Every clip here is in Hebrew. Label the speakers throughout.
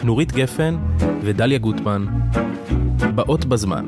Speaker 1: נורית גפן ודליה גוטמן, באות בזמן.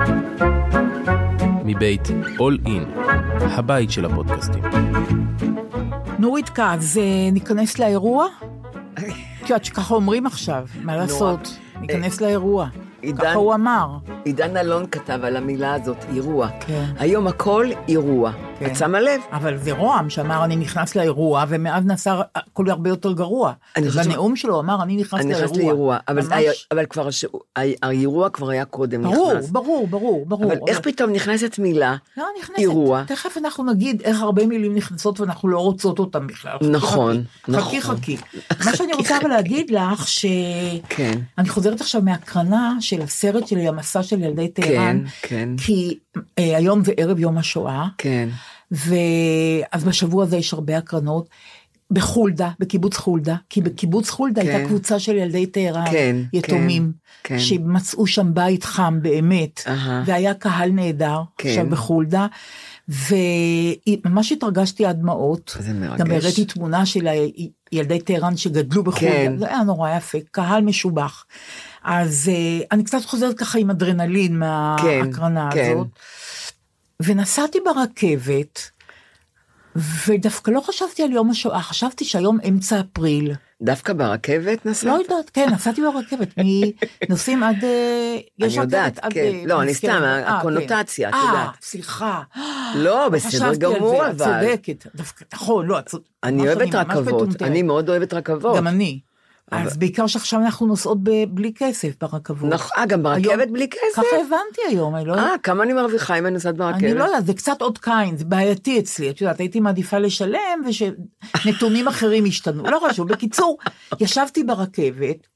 Speaker 1: מבית All In, הבית של הפודקאסטים.
Speaker 2: נורית, אז ניכנס לאירוע? כי את שככה אומרים עכשיו, מה לעשות? ניכנס לאירוע. ככה הוא אמר.
Speaker 3: עידן אלון כתב על המילה הזאת, אירוע.
Speaker 2: כן.
Speaker 3: היום הכל אירוע.
Speaker 2: כן.
Speaker 3: את שמה לב?
Speaker 2: אבל זה רועם שאמר אני נכנס לאירוע, ומאז נעשה הכל הרבה יותר גרוע. בנאום שלו אמר אני נכנס לאירוע.
Speaker 3: אבל כבר האירוע כבר היה קודם נכנס.
Speaker 2: ברור.
Speaker 3: אבל איך פתאום נכנסת מילה אירוע?
Speaker 2: תכף אנחנו נגיד איך הרבה מילים נכנסות ואנחנו לא רוצות אותם בכלל.
Speaker 3: נכון.
Speaker 2: חכי. מה שאני רוצה להגיד לך שאני חוזרת עכשיו מהקרנה של הסרט שלי, המסע של ילדי טהרן, כי היום זה ערב יום השואה.
Speaker 3: כן.
Speaker 2: אז בשבוע הזה יש הרבה הקרנות, בחולדה, בקיבוץ חולדה, כי בקיבוץ חולדה הייתה קבוצה של ילדי טהרן, יתומים, שמצאו שם בית חם באמת, והיה קהל נהדר, עכשיו בחולדה, וממש התרגשתי עד דמעות, גם הראיתי תמונה של ילדי טהרן שגדלו בחולדה, זה היה נורא יפה, קהל משובח, אז אני קצת חוזרת ככה עם אדרנלין מהקרנה הזאת, ונסעתי ברכבת, ודווקא לא חשבתי על יום השואה, חשבתי שהיום אמצע אפריל.
Speaker 3: דווקא ברכבת נסעת?
Speaker 2: לא יודעת, כן, נסעתי ברכבת, נוסעים עד...
Speaker 3: אני יודעת, כן. לא, אני סתם, הקונוטציה, את יודעת.
Speaker 2: סליחה.
Speaker 3: לא, בסדר גמור, אבל...
Speaker 2: צודקת, דווקא, נכון, לא,
Speaker 3: אני אוהבת רכבות, אני מאוד אוהבת רכבות.
Speaker 2: גם אני. אז בעיקר שעכשיו אנחנו נוסעות בלי כסף ברכבות.
Speaker 3: נכון, גם ברכבת בלי כסף?
Speaker 2: ככה הבנתי היום.
Speaker 3: כמה אני מרוויחה אם אני נוסעת ברכבת?
Speaker 2: אני לא יודעת, זה קצת עוד קיין, זה בעייתי אצלי, את יודעת, הייתי מעדיפה לשלם, ושנתונים אחרים השתנו, לא חשוב, בקיצור, ישבתי ברכבת,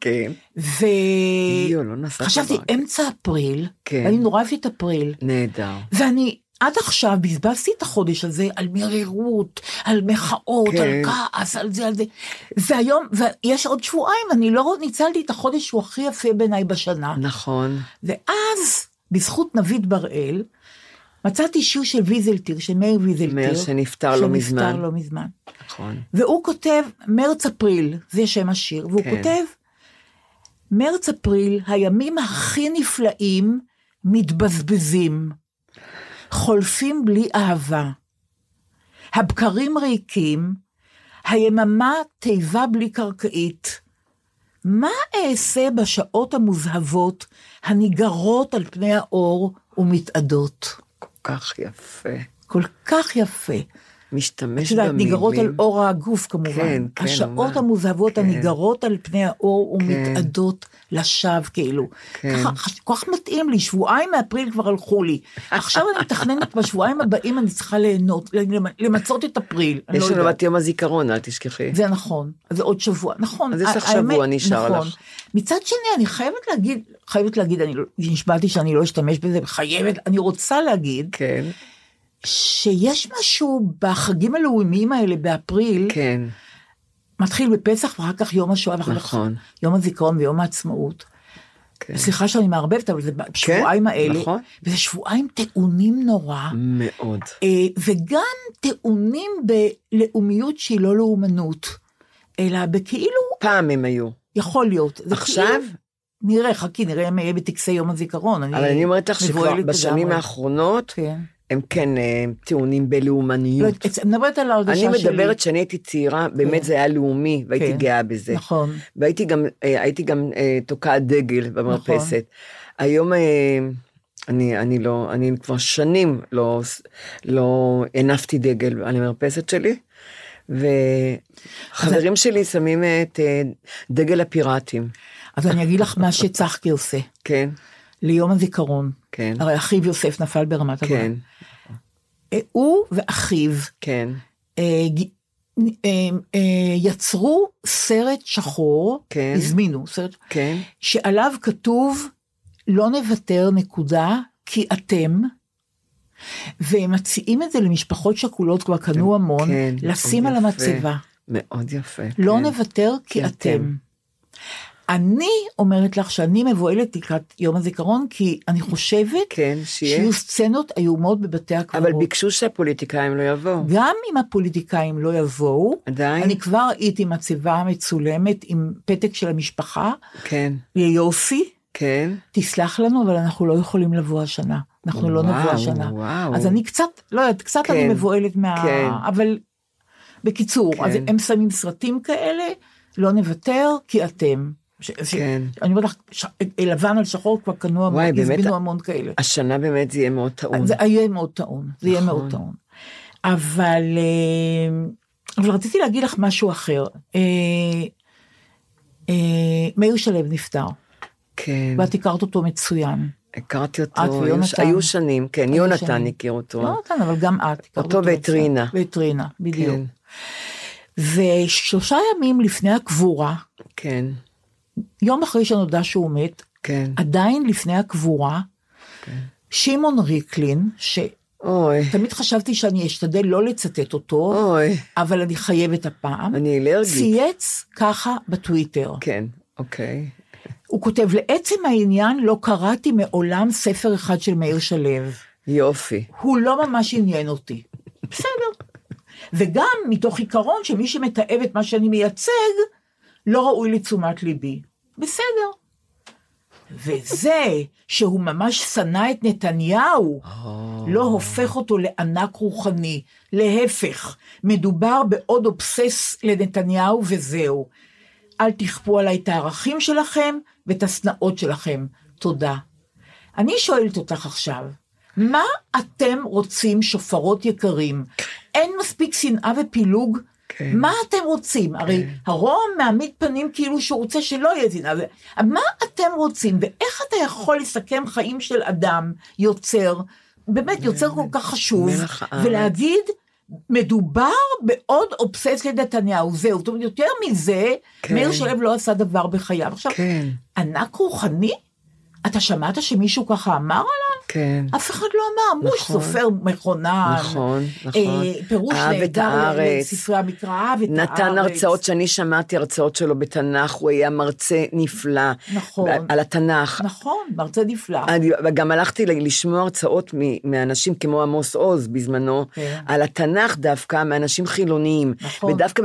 Speaker 2: וחשבתי אמצע אפריל, ואני נורא אוהבת את אפריל,
Speaker 3: נהדר,
Speaker 2: ואני עד עכשיו בזבזתי את החודש הזה על מרירות, על מחאות, על כעס, על זה, והיום, ויש עוד שבועיים, אני לא ניצלתי את החודש שהוא הכי יפה בעיניי בשנה.
Speaker 3: נכון.
Speaker 2: ואז, בזכות נבית בראל, מצאתי שיר של ויזלטיר, של מאיר ויזלטיר.
Speaker 3: מאיר שנפטר לא מזמן.
Speaker 2: שנפטר לא מזמן.
Speaker 3: נכון.
Speaker 2: והוא כותב, מרץ אפריל, זה שם השיר, והוא כותב, מרץ אפריל, הימים הכי נפלאים, מתבזבזים. חולפים בלי אהבה, הבקרים ריקים, היממה תיבה בלי קרקעית. מה אעשה בשעות המוזהבות, הניגרות על פני האור ומתעדות?
Speaker 3: כל כך יפה.
Speaker 2: כל כך יפה.
Speaker 3: משתמש במילים.
Speaker 2: ניגרות על אור הגוף כמובן.
Speaker 3: כן,
Speaker 2: השעות המוזהבות, הניגרות על פני האור ומתעדות לשווא כאילו. ככה, כל כך מתאים לי, שבועיים מאפריל כבר הלכו לי. עכשיו אני מתכננת בשבועיים הבאים, אני צריכה ליהנות, למצות את אפריל.
Speaker 3: יש לנו בת יום הזיכרון, אל תשכחי.
Speaker 2: זה נכון, זה עוד שבוע, נכון.
Speaker 3: אז יש לך שבוע, נשאר לך.
Speaker 2: מצד שני, אני חייבת להגיד, אני נשבעתי שאני לא אשתמש בזה, אני רוצה להגיד, שיש משהו בחגים הלאומיים האלה באפריל,
Speaker 3: כן.
Speaker 2: מתחיל בפסח ואחר כך יום השואה,
Speaker 3: נכון.
Speaker 2: יום הזיכרון ויום העצמאות. כן. סליחה שאני מערבבת, אבל זה בשבועיים האלה,
Speaker 3: נכון.
Speaker 2: וזה שבועיים טעונים נורא.
Speaker 3: מאוד.
Speaker 2: וגם טעונים בלאומיות שהיא לא לאומנות, אלא בכאילו...
Speaker 3: פעם הם היו.
Speaker 2: יכול להיות.
Speaker 3: עכשיו?
Speaker 2: נראה, חכי, נראה מה יהיה בטקסי יום הזיכרון.
Speaker 3: אבל אני אומרת לך שכבר בשנים האחרונות, הם כן טעונים בלאומניות. אני מדברת שאני הייתי צעירה, באמת זה היה לאומי, והייתי גאה בזה.
Speaker 2: נכון.
Speaker 3: והייתי גם תוקעת דגל במרפסת. היום אני כבר שנים לא הנפתי דגל על המרפסת שלי, וחברים שלי שמים את דגל הפיראטים.
Speaker 2: אז אני אגיד לך מה שצחקי עושה.
Speaker 3: כן.
Speaker 2: ליום הזיכרון.
Speaker 3: כן.
Speaker 2: הרי אחיו יוסף נפל ברמת הגולן. כן. הוא ואחיו.
Speaker 3: כן.
Speaker 2: יצרו סרט שחור.
Speaker 3: כן.
Speaker 2: הזמינו סרט.
Speaker 3: כן.
Speaker 2: שעליו כתוב, לא נוותר נקודה, כי אתם, והם מציעים את זה למשפחות שכולות, כבר קנו המון,
Speaker 3: כן,
Speaker 2: לשים על המצבה.
Speaker 3: מאוד יפה.
Speaker 2: לא נוותר כי אתם. אני אומרת לך שאני מבועלת לקראת יום הזיכרון, כי אני חושבת שיהיו סצנות איומות בבתי הקברות.
Speaker 3: אבל ביקשו שהפוליטיקאים לא יבואו.
Speaker 2: גם אם הפוליטיקאים לא יבואו,
Speaker 3: עדיין.
Speaker 2: אני כבר הייתי מצבה מצולמת עם פתק של המשפחה, ליוסי, תסלח לנו, אבל אנחנו לא יכולים לבוא השנה. אנחנו לא נבוא השנה. אז אני קצת, לא יודעת, קצת אני מבועלת אבל בקיצור, אז הם שמים סרטים כאלה, לא נוותר, כי אתם. אני אומרת לך, לבן על שחור כבר קנו, הזמינו המון כאלה.
Speaker 3: השנה באמת זה יהיה מאוד טעון.
Speaker 2: זה יהיה מאוד טעון, זה יהיה מאוד טעון. אבל רציתי להגיד לך משהו אחר. מאיר שלו נפטר.
Speaker 3: כן.
Speaker 2: ואת הכרת אותו מצוין.
Speaker 3: הכרתי אותו, היו שנים, כן, יונתן הכיר אותו.
Speaker 2: יונתן, אבל גם את.
Speaker 3: אותו וטרינה.
Speaker 2: וטרינה, בדיוק. ו3 ימים לפני הקבורה,
Speaker 3: כן.
Speaker 2: יום אחרי שנודע שהוא מת,
Speaker 3: כן.
Speaker 2: עדיין לפני הקבורה, כן. שמעון ריקלין, תמיד חשבתי שאני אשתדל לא לצטט אותו, אבל אני חייבת הפעם,
Speaker 3: אני אלרגית.
Speaker 2: צייץ ככה בטוויטר.
Speaker 3: כן, אוקיי.
Speaker 2: הוא כותב, לעצם העניין לא קראתי מעולם ספר אחד של מאיר שלו.
Speaker 3: יופי.
Speaker 2: הוא לא ממש עניין אותי. בסדר. וגם מתוך עיקרון שמי שמתאב את מה שאני מייצג, לא ראוי לתשומת ליבי. בסדר. וזה שהוא ממש שנא את נתניהו, לא הופך אותו לענק רוחני. להפך, מדובר בעוד אובסס לנתניהו וזהו. אל תכפו עליי את הערכים שלכם ואת הסנאות שלכם. תודה. אני שואלת אותך עכשיו, מה אתם רוצים שופרות יקרים? אין מספיק שנאה ופילוג? כן. מה אתם רוצים? כן. הרי הרום מעמיד פנים כאילו שהוא רוצה שלא יהיה שנאה. מה אתם רוצים? ואיך אתה יכול לסכם חיים של אדם יוצר, באמת יוצר כל כך חשוב, ולהגיד, מדובר בעוד אובסס לנתניהו, זהו, זאת אומרת, יותר מזה, כן. מאיר שלו לא עשה דבר בחייו. עכשיו, כן. ענק רוחני? אתה שמעת שמישהו ככה אמר עליו?
Speaker 3: כן.
Speaker 2: אף אחד לא אמר, מוש סופר מכונן.
Speaker 3: נכון.
Speaker 2: פירוש נהדר לספרי המקרא, אהב את הארץ.
Speaker 3: נתן הרצאות שאני שמעתי, הרצאות שלו בתנ"ך, הוא היה מרצה נפלא.
Speaker 2: נכון.
Speaker 3: על התנ"ך.
Speaker 2: נכון, מרצה נפלא.
Speaker 3: גם הלכתי לשמוע הרצאות מאנשים כמו עמוס עוז בזמנו, על התנ"ך דווקא, מאנשים חילוניים. נכון. ודווקא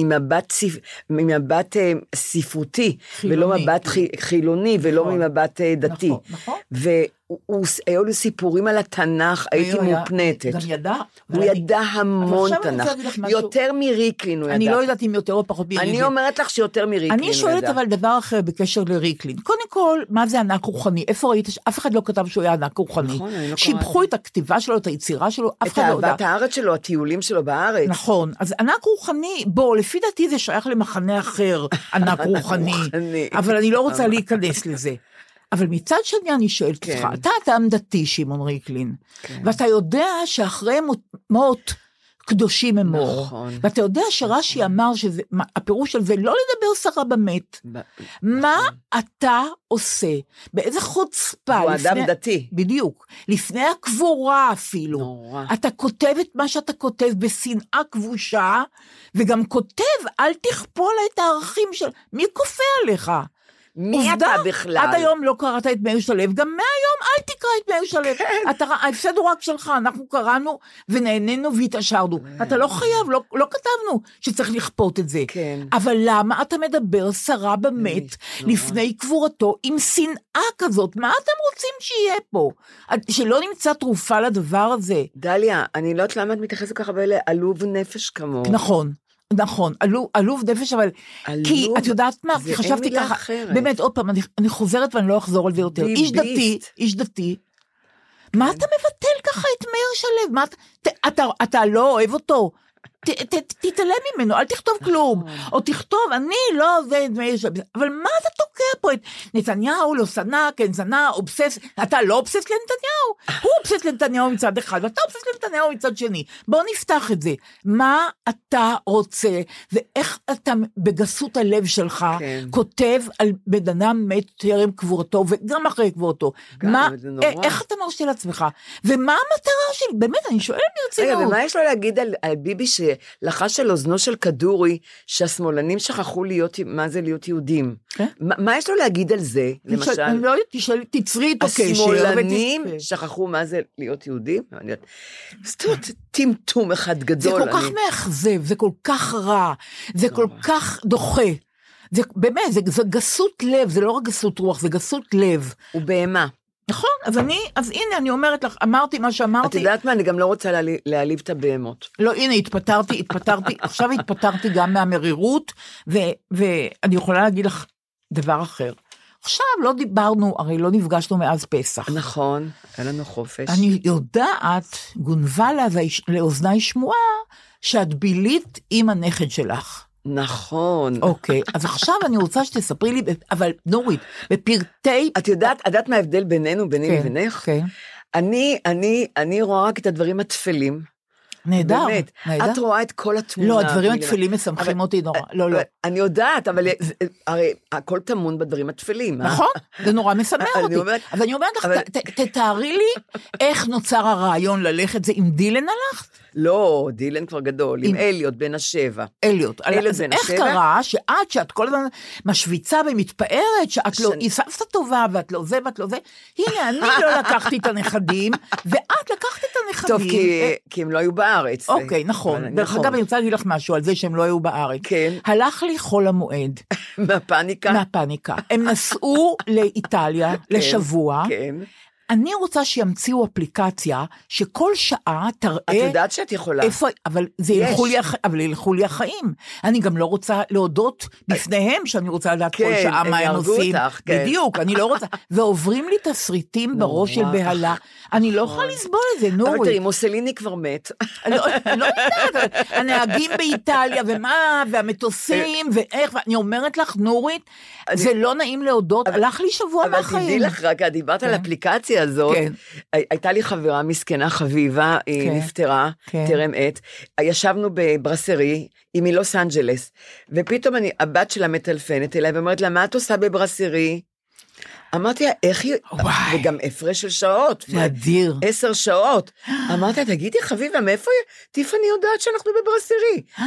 Speaker 3: ממבט ספרותי, ולא מבט חילוני, ולא ממבט דתי.
Speaker 2: נכון.
Speaker 3: והיו לי סיפורים על התנ"ך, הייתי מופנטת.
Speaker 2: גם ידע.
Speaker 3: הוא ידע המון תנ"ך. יותר מריקלין הוא ידע.
Speaker 2: אני לא יודעת אם יותר או פחות מריקלין.
Speaker 3: אני אומרת לך שיותר מריקלין הוא ידע.
Speaker 2: אני שואלת אבל דבר אחר בקשר לריקלין. קודם כל, מה זה ענק רוחני? איפה ראית? אף אחד לא כתב שהוא היה ענק רוחני.
Speaker 3: נכון, אני לא קראתי.
Speaker 2: שיבחו את הכתיבה שלו, את היצירה שלו, אף אחד לא יודע.
Speaker 3: את אהבת הארץ שלו, הטיולים שלו בארץ.
Speaker 2: נכון. אז ענק רוחני, בוא, לפי דעתי זה שייך למחנה אחר, ענק רוחני. אבל אני לא רוצה להיכנס לזה. אבל מצד שני אני שואלת אותך, אתה אדם דתי, שמעון ריקלין, ואתה יודע שאחרי מות קדושים אמור, ואתה יודע שרש"י אמר שהפירוש של זה לא לדבר סרה במת. מה אתה עושה? באיזה חוצפה?
Speaker 3: הוא אדם דתי.
Speaker 2: בדיוק. לפני הקבורה אפילו. אתה כותב את מה שאתה כותב בשנאה כבושה, וגם כותב, אל תכפו עליי את הערכים של... מי כופה עליך?
Speaker 3: מי אתה בכלל?
Speaker 2: עד היום לא קראת את מאיר שלו, גם מהיום אל תקרא את מאיר שלו. ההפסד הוא רק שלך, אנחנו קראנו ונהנינו והתעשרנו. אתה לא חייב, לא כתבנו שצריך לכפות את זה. אבל למה אתה מדבר סרה במת לפני קבורתו עם שנאה כזאת? מה אתם רוצים שיהיה פה? שלא נמצא תרופה לדבר הזה.
Speaker 3: דליה, אני לא יודעת למה את מתייחסת ככה בעלוב נפש כמו.
Speaker 2: נכון, עלוב נפש, אבל כי את יודעת מה, חשבתי ככה, באמת עוד פעם, אני חוזרת ואני לא אחזור על זה יותר, איש דתי, מה אתה מבטל ככה את מאיר שלו? אתה לא אוהב אותו? תתעלם ממנו, אל תכתוב כלום, או תכתוב, אני לא זה את מאיר שלו, אבל מה אתה תוקע פה את נתניהו, לא שנא, כן שנא, אובסס, אתה לא אובסס לנתניהו, הוא אובסס לנתניהו מצד אחד, ואתה אובסס לנתניהו מצד שני, בוא נפתח את זה, מה אתה רוצה, ואיך אתה בגסות הלב שלך, כותב על בן אדם מת טרם קבורתו, וגם אחרי קבורתו, איך אתה מרשה לעצמך, ומה המטרה שלי, באמת, אני שואלת ברצינות.
Speaker 3: ומה יש לו להגיד על ביבי שלחש על אוזנו של כדורי, שהשמאלנים שכחו מה זה להיות יהודים? מה יש לו להגיד על זה, למשל?
Speaker 2: אני לא יודעת, תצרי איתו קשר.
Speaker 3: השמאלנים שכחו מה זה להיות יהודים? זאת אומרת, טמטום אחד גדול.
Speaker 2: זה כל כך מאכזב, זה כל כך רע, זה כל כך דוחה. זה באמת, זה גסות לב, זה לא רק גסות רוח, זה גסות לב.
Speaker 3: ובהמה.
Speaker 2: נכון, אז הנה אני אומרת לך, אמרתי מה שאמרתי.
Speaker 3: את יודעת מה, אני גם לא רוצה להעליב את הבהמות.
Speaker 2: לא, הנה, התפטרתי, עכשיו התפטרתי גם מהמרירות, ואני יכולה להגיד לך דבר אחר. עכשיו לא דיברנו, הרי לא נפגשנו מאז פסח.
Speaker 3: נכון, אין לנו חופש.
Speaker 2: אני יודעת, גונבה לאוזני שמועה, שאת בילית עם הנכד שלך.
Speaker 3: נכון.
Speaker 2: אוקיי, אז עכשיו אני רוצה שתספרי לי, אבל נורית, בפרטי...
Speaker 3: את יודעת מה ההבדל בינינו, ביני לבינך?
Speaker 2: כן.
Speaker 3: אני רואה רק את הדברים התפלים.
Speaker 2: נהדר,
Speaker 3: באמת.
Speaker 2: נהדר.
Speaker 3: את רואה את כל התמונה.
Speaker 2: לא, הדברים התפלים משמחים אותי נורא. לא, לא.
Speaker 3: אני יודעת, אבל הרי הכל טמון בדברים התפלים.
Speaker 2: נכון, זה נורא משמח אותי. אז אני אומרת לך, תתארי לי איך נוצר הרעיון ללכת, זה עם דילן הלכת?
Speaker 3: לא, דילן כבר גדול, עם אליוט בן השבע.
Speaker 2: אליוט בן השבע. איך קרה שאת כל הזמן משוויצה ומתפארת, שאת לא, היא סבתא טובה, ואת לא זה, ואת לא זה, הנה, אני לא לקחתי את הנכדים, ואת לקחת את הנכדים.
Speaker 3: טוב, כי הם לא היו בארץ.
Speaker 2: אוקיי, נכון. דרך אגב, אני רוצה להגיד לך משהו על זה שהם לא היו בארץ.
Speaker 3: כן.
Speaker 2: הלך לי חול המועד.
Speaker 3: מהפניקה?
Speaker 2: מהפניקה. הם נסעו לאיטליה לשבוע.
Speaker 3: כן.
Speaker 2: אני רוצה שימציאו אפליקציה שכל שעה תראה...
Speaker 3: את יודעת שאת יכולה.
Speaker 2: איפה, אבל ילכו לי החיים. אני גם לא רוצה להודות בפניהם שאני רוצה לדעת כל שעה מה הם עושים. בדיוק, אני לא רוצה. ועוברים לי תסריטים בראש של בהלה. אני לא יכולה לסבול את זה, נורית.
Speaker 3: אבל תראי, מוסליני כבר מת.
Speaker 2: לא יודעת, הנהגים באיטליה ומה, והמטוסים ואיך, ואני אומרת לך, נורית, זה לא נעים להודות, הלך לי שבוע מהחיים.
Speaker 3: אבל תדעי לך רק, דיברת על אפליקציה הזאת, הייתה לי חברה מסכנה חביבה, היא נפטרה, טרם עת, ישבנו בברסרי, היא מלוס אנג'לס, ופתאום הבת שלה מטלפנת אליי, ואומרת לה, מה את עושה בברסרי? אמרתי לה, איך היא, וגם הפרש של שעות.
Speaker 2: זה אדיר.
Speaker 3: 10 שעות. אמרתי לה, תגידי חביבה, מאיפה טיפני יודעת שאנחנו בברסרי?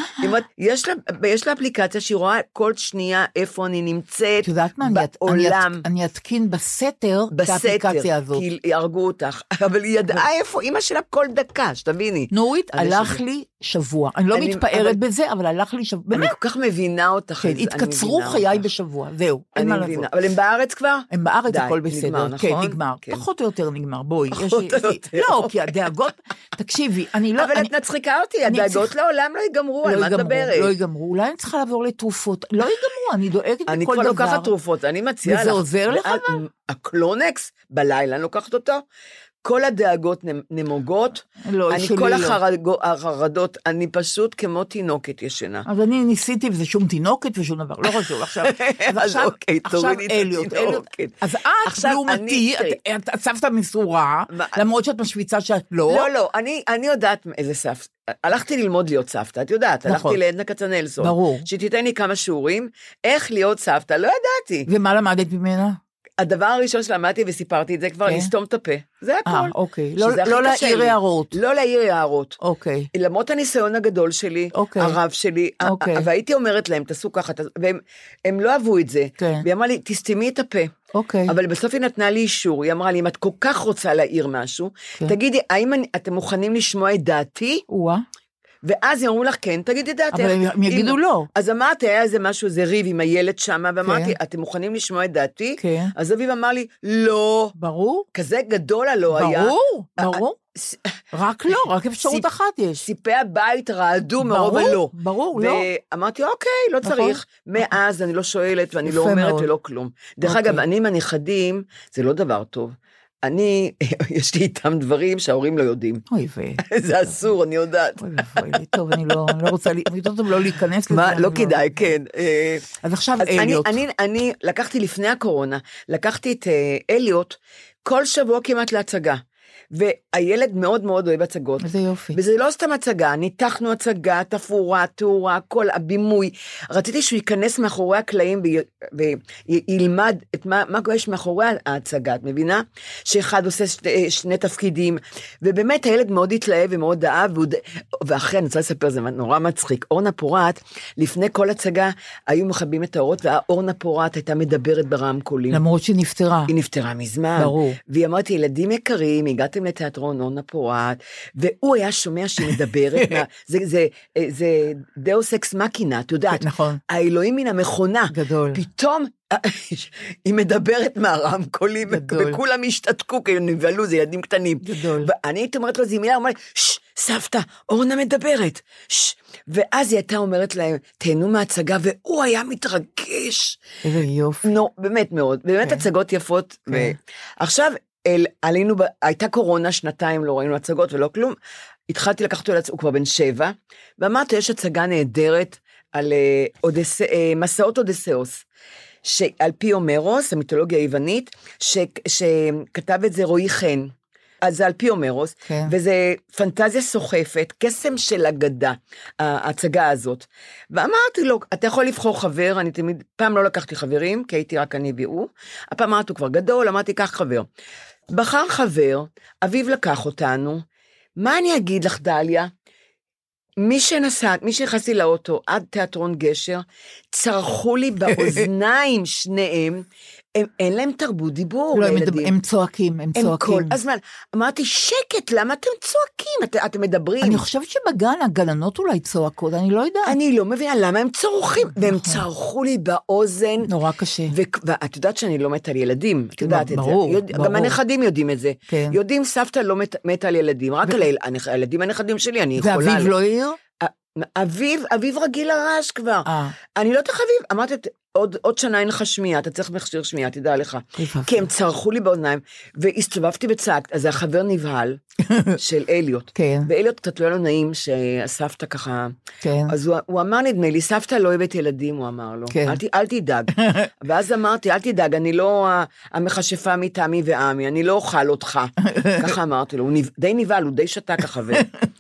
Speaker 3: יש לה אפליקציה שהיא רואה כל שנייה איפה אני נמצאת בעולם.
Speaker 2: אני אתקין בסתר את האפליקציה הזאת.
Speaker 3: כי יהרגו אותך. אבל היא ידעה איפה, אמא שלה כל דקה, שתביני.
Speaker 2: נורית, הלך לי שבוע. אני לא מתפארת בזה, אבל הלך לי שבוע.
Speaker 3: אני כל כך מבינה אותך.
Speaker 2: התקצרו חיי בשבוע, זהו.
Speaker 3: אני מבינה. אבל הם בארץ כבר?
Speaker 2: הם בארץ הכל בסדר, כן, נגמר, פחות או יותר נגמר, בואי, לא, כי הדאגות, תקשיבי, אני לא,
Speaker 3: אבל את נצחיקה אותי, הדאגות לעולם לא ייגמרו, על מה מדברת?
Speaker 2: לא ייגמרו, אולי אני צריכה לעבור לתרופות, לא ייגמרו, אני דואגת בכל דבר.
Speaker 3: אני כבר לוקחת תרופות, אני מציעה לך.
Speaker 2: וזה עוזר לך?
Speaker 3: הקלונקס, בלילה אני לוקחת אותו, כל הדאגות נמוגות, אני כל החרדות, אני פשוט כמו תינוקת ישנה.
Speaker 2: אז אני ניסיתי, וזה שום תינוקת ושום דבר, לא חשוב, עכשיו אליוט, אז את לעומתי, את סבתא מסורה, למרות שאת משוויצה שאת לא.
Speaker 3: לא, אני יודעת איזה סבתא, הלכתי ללמוד להיות סבתא, את יודעת, הלכתי לעדנה כצנלסון, שתיתן לי כמה שיעורים, איך להיות סבתא, לא ידעתי.
Speaker 2: ומה למדת ממנה?
Speaker 3: הדבר הראשון שלמדתי וסיפרתי את זה כבר, לסתום את הפה. זה הכל.
Speaker 2: אוקיי. לא להעיר הערות.
Speaker 3: לא להעיר הערות.
Speaker 2: אוקיי.
Speaker 3: למרות הניסיון הגדול שלי, הרב שלי, והייתי אומרת להם, תעשו ככה, והם לא אהבו את זה. והיא אמרה לי, תסתמי את הפה.
Speaker 2: אוקיי.
Speaker 3: אבל בסוף היא נתנה לי אישור, היא אמרה לי, אם את כל כך רוצה להעיר משהו, תגידי, האם אתם מוכנים לשמוע את דעתי? ואז יאמרו לך, כן, תגידי דעתך.
Speaker 2: אבל הם יגידו לא.
Speaker 3: אז אמרתי, היה איזה משהו, זה ריב עם הילד שמה, ואמרתי, אתם מוכנים לשמוע את דעתי?
Speaker 2: כן.
Speaker 3: אז אביב אמר לי, לא.
Speaker 2: ברור.
Speaker 3: כזה גדול הלא היה.
Speaker 2: ברור. רק לא, רק אפשרות אחת יש.
Speaker 3: סיפי הבית רעדו מרוב ולא.
Speaker 2: ברור, לא.
Speaker 3: ואמרתי, אוקיי, לא צריך. מאז אני לא שואלת, ואני לא אומרת ולא כלום. דרך אגב, אני עם הנכדים, זה לא דבר טוב. יש לי איתם דברים שההורים לא יודעים.
Speaker 2: אוי
Speaker 3: זה אסור, אני יודעת.
Speaker 2: אוי, טוב, אני לא רוצה, אני יודעת לא להיכנס לזה.
Speaker 3: לא כדאי, כן.
Speaker 2: אז עכשיו אליוט.
Speaker 3: אני לקחתי לפני הקורונה, לקחתי את אליוט, כל שבוע כמעט להצגה. והילד מאוד מאוד אוהב הצגות.
Speaker 2: איזה יופי.
Speaker 3: וזה לא סתם הצגה, ניתחנו הצגה, תפאורה, תאורה, כל הבימוי. רציתי שהוא ייכנס מאחורי הקלעים וילמד את מה יש מאחורי ההצגה, את מבינה? שאחד עושה שני תפקידים, ובאמת הילד מאוד התלהב ומאוד אהב, ואחרי אני רוצה לספר, זה נורא מצחיק, אורנה פורט, לפני כל הצגה, היו מכבים את האורות, והאורנה פורט הייתה מדברת ברמקולים.
Speaker 2: למרות שהיא נפטרה.
Speaker 3: היא נפטרה מזמן.
Speaker 2: ברור.
Speaker 3: והיא אמרת, ילדים יקרים, הגעתם לתיאטרון אורנה פורט, והוא היה שומע שהיא מדברת, זה דאוס אקס מקינה, את יודעת,
Speaker 2: נכון.
Speaker 3: האלוהים מן המכונה,
Speaker 2: גדול.
Speaker 3: פתאום היא מדברת מהרמקולים, וכולם השתתקו, כי נבלו, זה ילדים קטנים.
Speaker 2: גדול.
Speaker 3: ואני הייתי אומרת לו, זה מילה, אומרת, סבתא, אורנה מדברת, ואז היא הייתה אומרת להם, תהנו מההצגה, והוא היה מתרגש.
Speaker 2: איזה יופי.
Speaker 3: באמת מאוד, באמת הצגות יפות, עכשיו, עלינו, הייתה קורונה, שנתיים לא ראינו הצגות ולא כלום, התחלתי לקחת אותו, הוא כבר בן 7, ואמרתי, יש הצגה נהדרת על מסעות אודסאוס, שעל פי הומרוס, המיתולוגיה היוונית, שכתב את זה רועי חן, אז זה על פי הומרוס, וזה פנטזיה סוחפת, קסם של אגדה, ההצגה הזאת. ואמרתי לו, אתה יכול לבחור חבר, אני תמיד, פעם לא לקחתי חברים, כי הייתי רק אני והוא, הפעם אמרתי, הוא כבר גדול, אמרתי, קח חבר. בחר חבר, אביו לקח אותנו, מה אני אגיד לך דליה? מי שנכנסתי לאוטו עד תיאטרון גשר, צרחו לי באוזניים שניהם, אין להם תרבות דיבור.
Speaker 2: לא, הם צועקים, הם צועקים.
Speaker 3: אז אמרתי, שקט, למה אתם צועקים? אתם מדברים.
Speaker 2: אני חושבת שבגן הגננות אולי צועקות, אני לא יודעת.
Speaker 3: אני לא מבינה למה הם צורכים, והם צרחו לי באוזן.
Speaker 2: נורא קשה.
Speaker 3: ואת יודעת שאני לא מתה על ילדים, את יודעת את זה.
Speaker 2: ברור.
Speaker 3: גם הנכדים יודעים את זה. יודעים, סבתא לא מתה על ילדים, רק על הילדים הנכדים שלי, אני יכולה.
Speaker 2: ואביב לא העיר?
Speaker 3: אביב רגיל לרעש כבר. אני לא תחביב, אמרתי, עוד שנה אין לך שמיעה, אתה צריך מכשיר שמיעה, תדע לך. כי הם צרחו לי באוזניים, והסתובבתי בצעק, אז החבר נבהל של אליוט. ואליוט קצת לא היה לו נעים, שהסבתא ככה, אז הוא אמר נדמה לי, סבתא לא אוהבת ילדים, הוא אמר לו, אל תדאג. ואז אמרתי, אל תדאג, אני לא המכשפה מטעמי ועמי, אני לא אוכל אותך. ככה אמרתי לו, הוא די נבהל, הוא די שתק החבר.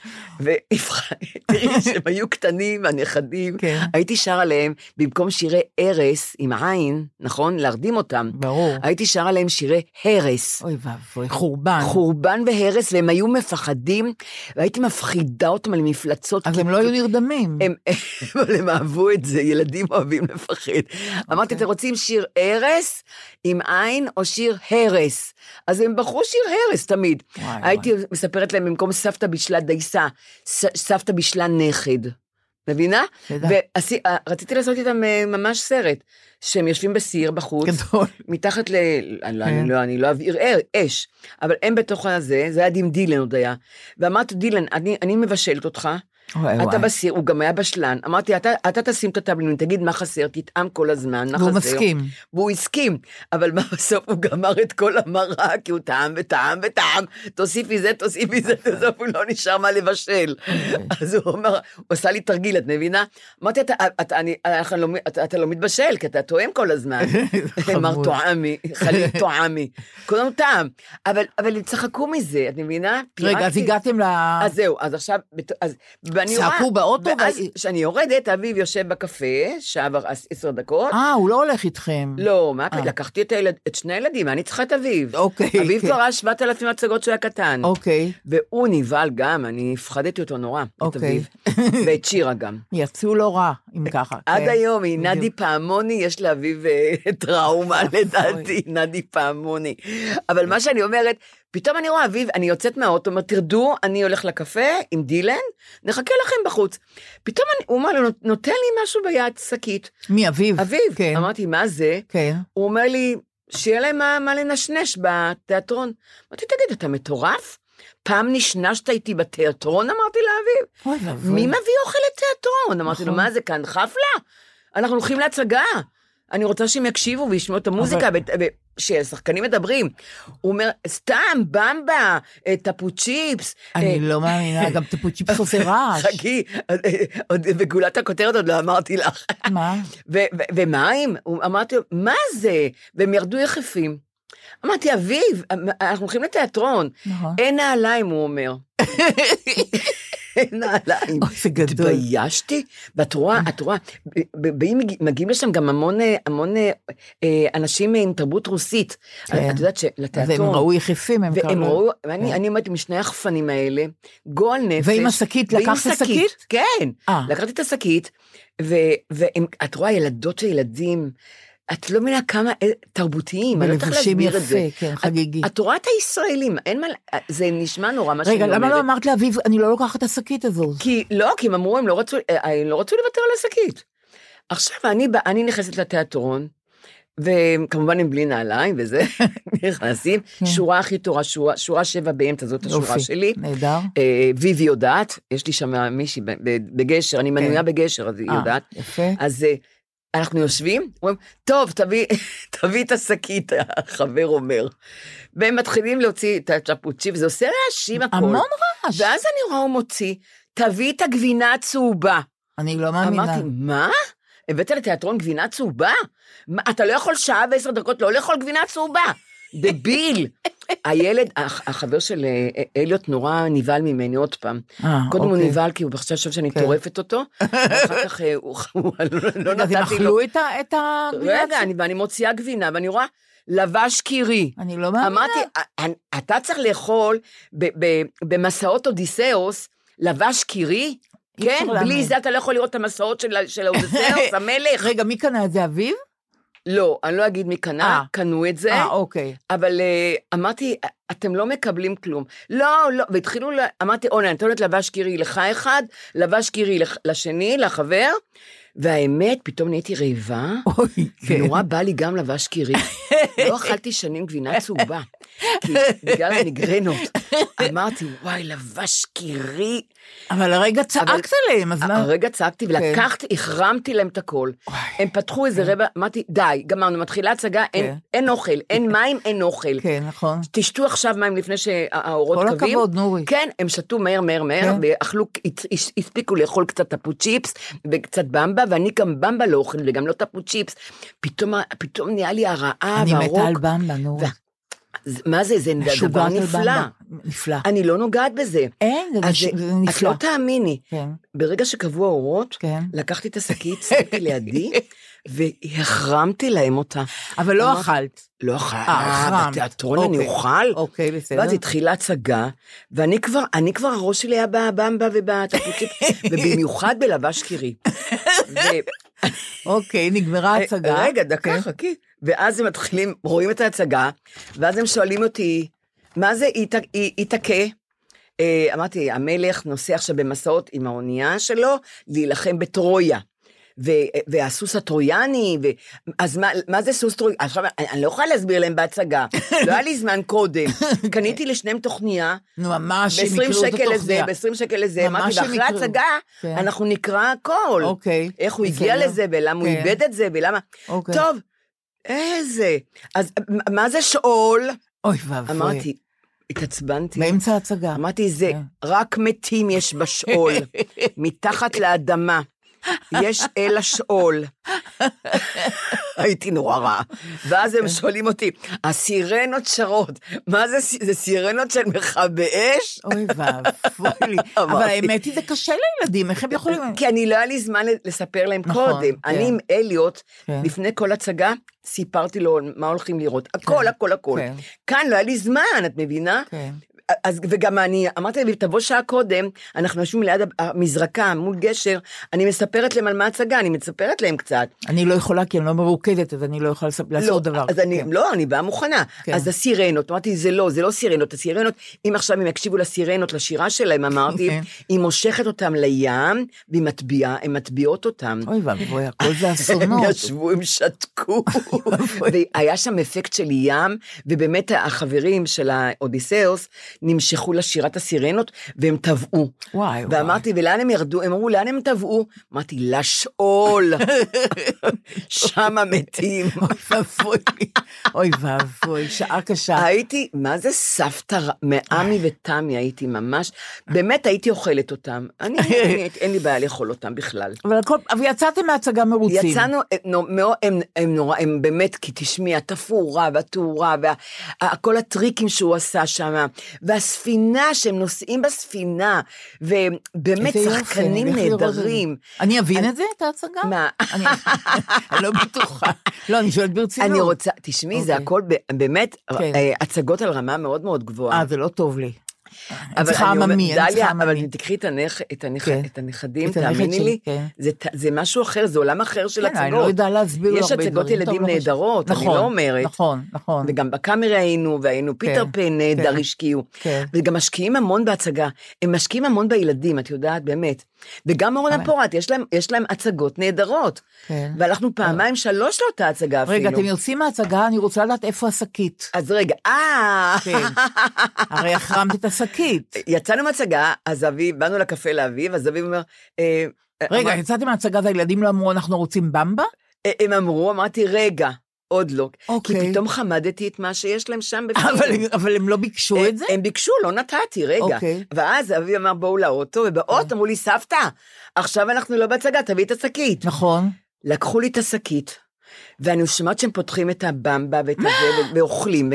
Speaker 3: ותראי שהם היו קטנים, הנכדים, הייתי שר עליהם, במקום שירי הרס, עם עין, נכון? להרדים אותם.
Speaker 2: ברור.
Speaker 3: הייתי שר עליהם שירי הרס.
Speaker 2: אוי ואבוי, חורבן.
Speaker 3: חורבן והרס, והם היו מפחדים, והייתי מפחידה אותם על מפלצות.
Speaker 2: אז הם לא היו נרדמים.
Speaker 3: הם אהבו את זה, ילדים אוהבים לפחד. אמרתי, אתם רוצים שיר הרס עם עין, או שיר הרס? אז הם בחרו שיר הרס תמיד. הייתי מספרת להם, במקום סבתא בשלה דייסה, סבתא בשלה נכד. מבינה? ורציתי לעשות איתם ממש סרט, שהם יושבים בסיר בחוץ, מתחת אני לא אבעיר אש, אבל הם בתוך הזה, זה היה עם דילן עוד היה, ואמרתי, דילן, אני מבשלת אותך, אתה בסיר, הוא גם היה בשלן, אמרתי, אתה תשים את הטבלונים, תגיד מה חסר, תטעם כל הזמן, מה חסר.
Speaker 2: והוא מסכים.
Speaker 3: והוא הסכים, אבל מה בסוף הוא גמר את כל המראה, כי הוא טעם וטעם וטעם, תוסיפי זה, בסוף הוא לא נשאר מה לבשל. אז הוא אומר, הוא עשה לי תרגיל, את מבינה? אמרתי, אתה לא מתבשל, כי אתה טועם כל הזמן. אמר טועמי, חליל טועמי, כולם טעם. אבל צחקו מזה, את מבינה?
Speaker 2: רגע, אז הגעתם
Speaker 3: אז זהו, אז עכשיו,
Speaker 2: צעקו באוטו?
Speaker 3: ואז כשאני יורדת, אביב יושב בקפה, שעה ו10 דקות.
Speaker 2: הוא לא הולך איתכם.
Speaker 3: לא, לקחתי את שני ילדים, אני צריכה את אביב.
Speaker 2: אוקיי.
Speaker 3: אביב כבר ראה 7,000 הצגות שהיה קטן.
Speaker 2: אוקיי.
Speaker 3: והוא נבהל גם, אני הפחדתי אותו נורא, את אביב. ואת שירה גם.
Speaker 2: יצאו לא רע, אם ככה.
Speaker 3: עד היום, היא נדי פעמוני, יש לאביב טראומה לדעתי, נדי פעמוני. אבל מה שאני אומרת, פתאום אני רואה אביב, אני יוצאת מהאוטו, אומר, תרדו, אני הולך לקפה עם דילן, נחכה לכם בחוץ. פתאום הוא אומר לי, נותן לי משהו ביד, שקית.
Speaker 2: מי, אביב?
Speaker 3: אביב.
Speaker 2: כן.
Speaker 3: אמרתי, מה זה?
Speaker 2: כן.
Speaker 3: הוא אומר לי, שיהיה להם מה לנשנש בתיאטרון. אמרתי, תגיד, אתה מטורף? פעם נשנשת איתי בתיאטרון, אמרתי לאביב. מי מביא אוכל לתיאטרון? אמרתי לו, מה זה כאן, חפלה? אנחנו הולכים להצגה. אני רוצה שהם יקשיבו וישמעו את המוזיקה, שהשחקנים מדברים. הוא אומר, סתם, במבה, טפוצ'יפס.
Speaker 2: אני לא מאמינה, גם טפוצ'יפס עושה רעש.
Speaker 3: חכי, וגולת הכותרת עוד לא אמרתי לך.
Speaker 2: מה?
Speaker 3: ומים? אמרתי, מה זה? והם ירדו יחפים. אמרתי, אביב, אנחנו הולכים לתיאטרון. אין נעליים, הוא אומר. נעליים.
Speaker 2: זה גדול.
Speaker 3: התביישתי, ואת רואה, מגיעים לשם גם המון אנשים עם תרבות רוסית. את יודעת שלתיאטרון...
Speaker 2: והם ראו יחפים, הם
Speaker 3: ראו, אני אומרת עם שני החפנים האלה, גועל נפש.
Speaker 2: ועם השקית, לקחת השקית?
Speaker 3: כן, לקחתי את השקית, ואת רואה ילדות וילדים, את לא מבינה כמה תרבותיים, אני לא צריך להסביר את זה.
Speaker 2: כן, חגיגי.
Speaker 3: את רואה את הישראלים, אין מה, זה נשמע נורא מה שאני
Speaker 2: אומרת. רגע, למה
Speaker 3: אומרת.
Speaker 2: לא אמרת לאביב, אני לא לוקחת את השקית הזו?
Speaker 3: כי הם אמרו, הם לא רצו לוותר על השקית. עכשיו, אני נכנסת לתיאטרון, וכמובן הם בלי נעליים וזה, נכנסים, שורה הכי טובה, שורה 7 באמצע, זאת השורה שלי.
Speaker 2: נהדר.
Speaker 3: ויבי יודעת, יש לי שם מישהי בגשר, אני מנויה בגשר, אז היא יודעת.
Speaker 2: יפה.
Speaker 3: אז אנחנו יושבים, אומרים, טוב, תביא את השקית, החבר אומר. והם מתחילים להוציא את הצ'פוצ'יפ, זה עושה רעשים הכל.
Speaker 2: המון רעש.
Speaker 3: ואז אני רואה הוא מוציא, תביא את הגבינה הצהובה.
Speaker 2: אני לא מאמינה.
Speaker 3: אמרתי, מה? הבאת לתיאטרון גבינה צהובה? אתה לא יכול שעה ו10 דקות לא לאכול גבינה צהובה. דביל. הילד, החבר של אליוט נורא ניבל ממני עוד פעם. קודם הוא ניבל כי הוא חושב שאני טורפת אותו, ואחר כך הוא לא נתתי לו.
Speaker 2: אז הם אכלו את הגבינה?
Speaker 3: רגע, ואני מוציאה גבינה, ואני רואה לבש קירי.
Speaker 2: אני לא מאמינה.
Speaker 3: אמרתי, אתה צריך לאכול במסעות אודיסאוס, לבש קירי? כן, בלי זה אתה לא יכול לראות את המסעות של אודיסאוס, המלך.
Speaker 2: רגע, מי קנה את זה, אביב?
Speaker 3: לא, אני לא אגיד מי קנה, קנו את זה.
Speaker 2: אוקיי.
Speaker 3: אבל אמרתי, אתם לא מקבלים כלום. לא, והתחילו, אמרתי, אני נתנת לבש קירי לך אחד, לבש קירי לשני, לחבר, והאמת, פתאום נהייתי רעבה, ונורא בא לי גם לבש קירי. לא אכלתי שנים גבינה צהובה, כי בגלל המגרנות, אמרתי, וואי, לבש קירי.
Speaker 2: אבל הרגע צעקת עליהם, אז מה?
Speaker 3: הרגע צעקתי, ולקחתי, החרמתי להם את הכל. הם פתחו איזה רבע, אמרתי, די, גמרנו, מתחילה הצגה, אין אוכל, אין מים, אין אוכל.
Speaker 2: כן, נכון.
Speaker 3: תשתו עכשיו מים לפני שהאורות קווים.
Speaker 2: כל הכבוד, נורי.
Speaker 3: כן, הם שתו מהר, ואכלו, הספיקו לאכול קצת טפוצ'יפס, וקצת במבה, ואני גם במבה לא אוכל, וגם לא טפוצ'יפס. פתאום נהיה לי הרעה והרוק.
Speaker 2: אני מתה על במבה, נורי.
Speaker 3: מה זה? זה דבר נפלא.
Speaker 2: נפלא.
Speaker 3: אני לא נוגעת בזה.
Speaker 2: אין, זה נפלא.
Speaker 3: את לא תאמיני. ברגע שקבעו האורות, לקחתי את השקית, שמתי לידי, והחרמתי להם אותה.
Speaker 2: אבל לא אכלת.
Speaker 3: לא אכלת. בתיאטרון אני אוכל.
Speaker 2: אוקיי, בסדר.
Speaker 3: ואז התחילה הצגה, ואני כבר הראש שלי היה בבמבה ובטפוצ'יפ, ובמיוחד בלבש קירי.
Speaker 2: אוקיי, נגמרה ההצגה.
Speaker 3: רגע, דקה, חכי. ואז הם מתחילים, רואים את ההצגה, ואז הם שואלים אותי, מה זה איתקה? אמרתי, המלך נוסע עכשיו במסעות עם האונייה שלו, להילחם בטרויה. והסוס הטרויאני, אז מה זה סוס טרויאני? עכשיו, אני לא יכולה להסביר להם בהצגה, לא היה לי זמן קודם, קניתי לשניהם תוכניה, ב-20 שקל לזה, אמרתי, ואחרי ההצגה, אנחנו נקרא הכל, איך הוא הגיע לזה, ולמה הוא איבד את זה, ולמה, טוב, איזה, אז מה זה שאול?
Speaker 2: אוי ואבוי.
Speaker 3: אמרתי, התעצבנתי.
Speaker 2: באמצע ההצגה.
Speaker 3: אמרתי, זה רק מתים יש בשאול, מתחת לאדמה. יש אל השאול. הייתי נורא רעה. ואז הם שואלים אותי, הסירנות שרות, מה זה? זה סירנות של מכבי אש?
Speaker 2: אוי ואבוי לי. אבל האמת היא, זה קשה לילדים, איך הם יכולים?
Speaker 3: כי אני לא היה לי זמן לספר להם קודם. אני עם אליוט, לפני כל הצגה, סיפרתי לו מה הולכים לראות. הכל. כאן לא היה לי זמן, את מבינה? כן. אז, וגם אני אמרתי לי, תבוא שעה קודם, אנחנו יושבים ליד המזרקה, מול גשר, אני מספרת להם על מה הצגה, אני מספרת להם קצת.
Speaker 2: אני לא יכולה, כי אני לא מרוקדת, אז אני לא יכולה לעשות דבר.
Speaker 3: אז אני באה מוכנה. אז הסירנות, אמרתי, זה לא סירנות, הסירנות, אם עכשיו הם יקשיבו לסירנות, לשירה שלהם, אמרתי, היא מושכת אותם לים, והיא מטביעה, הן מטביעות אותם.
Speaker 2: אוי ואבוי, הכל זה אסונות.
Speaker 3: הם ישבו, הם שתקו, והיה שם אפקט של ים, ובאמת החברים של האודיסאוס, נמשכו לשירת הסירנות, והם טבעו.
Speaker 2: וואי.
Speaker 3: ואמרתי, ולאן הם ירדו? הם אמרו, לאן הם טבעו? אמרתי, לשאול. שמה מתים.
Speaker 2: אוי ואבוי, שעה קשה.
Speaker 3: הייתי, מה זה סבתא, מאמי ותמי הייתי ממש, באמת הייתי אוכלת אותם. אין לי בעיה לאכול אותם בכלל.
Speaker 2: אבל יצאתם מהצגה מרוצים.
Speaker 3: יצאנו, הם באמת, כי תשמעי, התפאורה והתאורה, וכל הטריקים שהוא עשה שם, והספינה, שהם נוסעים בספינה, ובאמת שחקנים נהדרים.
Speaker 2: אני אבין את זה, את ההצגה?
Speaker 3: מה?
Speaker 2: אני לא בטוחה. לא, אני שואלת ברצינות.
Speaker 3: אני רוצה, תשמעי, זה הכל באמת, הצגות על רמה מאוד מאוד גבוהה.
Speaker 2: זה לא טוב לי.
Speaker 3: אבל אם תקחי את הנכדים, תאמיני לי, זה משהו אחר, זה עולם אחר של הצגות.
Speaker 2: אני לא יודע להסביר הרבה דברים.
Speaker 3: יש הצגות ילדים נהדרות, אני לא אומרת.
Speaker 2: נכון.
Speaker 3: וגם בקאמרה והיינו פיטר פן נהדר השקיעו. וגם משקיעים המון בהצגה, הם משקיעים המון בילדים, את יודעת, באמת. וגם אורנה פורט, יש להם הצגות נהדרות. והלכנו פעמיים 3 לאותה הצגה אפילו.
Speaker 2: רגע, אתם יוצאים מההצגה, אני רוצה לדעת איפה השקית.
Speaker 3: אז רגע,
Speaker 2: הרי החרמת את השקית.
Speaker 3: יצאנו מהצגה, אז אביב, באנו לקפה לאביב, אז אביב אומר...
Speaker 2: רגע, יצאתם מהצגה, והילדים לא אמרו, אנחנו רוצים במבה?
Speaker 3: הם אמרו, אמרתי, רגע. עוד לא, כי פתאום חמדתי את מה שיש להם שם בפנים.
Speaker 2: אבל הם לא ביקשו את זה?
Speaker 3: הם ביקשו, לא נתתי, רגע. ואז אבי אמר, בואו לאוטו, ובאוטו אמרו לי, סבתא, עכשיו אנחנו לא בהצגה, תביא את השקית.
Speaker 2: נכון.
Speaker 3: לקחו לי את השקית, ואני שמעת שהם פותחים את הבמבה ואת הזה, ואוכלים,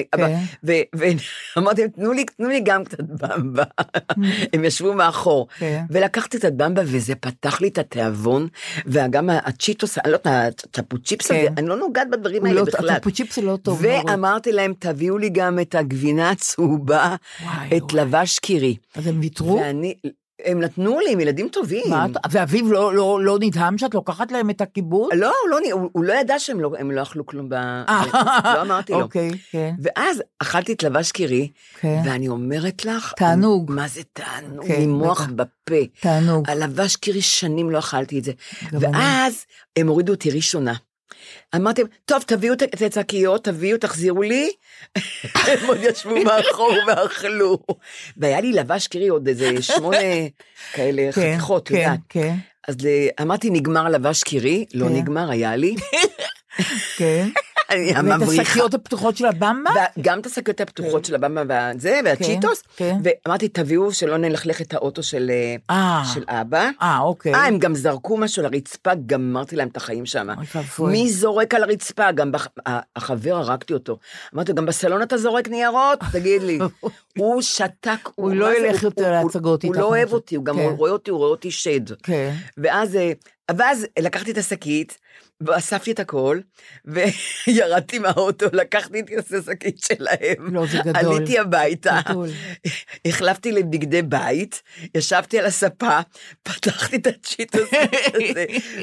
Speaker 3: ואמרתי, תנו לי גם קצת במבה. הם ישבו מאחור, ולקחתי את הבמבה, וזה פתח לי את התיאבון, וגם הצ'יטוס, אני לא יודעת, הצ'פוצ'יפס הזה, אני לא נוגעת בדברים האלה בכלל.
Speaker 2: הצ'פוצ'יפס זה לא טוב.
Speaker 3: ואמרתי להם, תביאו לי גם את הגבינה הצהובה, את לבש קירי.
Speaker 2: אז הם ויתרו?
Speaker 3: הם נתנו לי, הם ילדים טובים.
Speaker 2: ואביב לא נדהם שאת לוקחת להם את הכיבוד?
Speaker 3: לא, הוא לא ידע שהם לא אכלו כלום, לא אמרתי לו. ואז אכלתי את לבש קירי, ואני אומרת לך,
Speaker 2: תענוג.
Speaker 3: מה זה תענוג? ממוח בפה.
Speaker 2: תענוג.
Speaker 3: הלבש קירי שנים לא אכלתי את זה. ואז הם הורידו אותי ראשונה. אמרתם, טוב, תביאו את הצקיות, תחזירו לי. הם עוד ישבו מאחור ואכלו. והיה לי לבש קירי עוד איזה 8 כאלה חתיכות, יודעת. אז אמרתי, נגמר לבש קירי, לא נגמר, היה לי.
Speaker 2: כן. ואת השקיות הפתוחות של הבמבה?
Speaker 3: גם את השקיות הפתוחות של הבמבה והצ'יטוס, ואמרתי, תביאו שלא נלכלך את האוטו של אבא.
Speaker 2: אוקיי.
Speaker 3: הם גם זרקו משהו לרצפה, גם אמרתי להם את החיים שם. מי זורק על הרצפה? גם החבר הרגתי אותו. אמרתי, גם בסלון אתה זורק ניירות? תגיד לי. הוא שתק.
Speaker 2: הוא לא ילך יותר להצגות איתך.
Speaker 3: הוא לא אוהב אותי, הוא גם רואה אותי שד. ואז לקחתי את השקית, ואספתי את הכל, וירדתי מהאוטו, לקחתי את השקית שלהם,
Speaker 2: לא, זה גדול.
Speaker 3: עליתי הביתה, החלפתי לבגדי בית, ישבתי על הספה, פתחתי את הצ'יטוס הזה,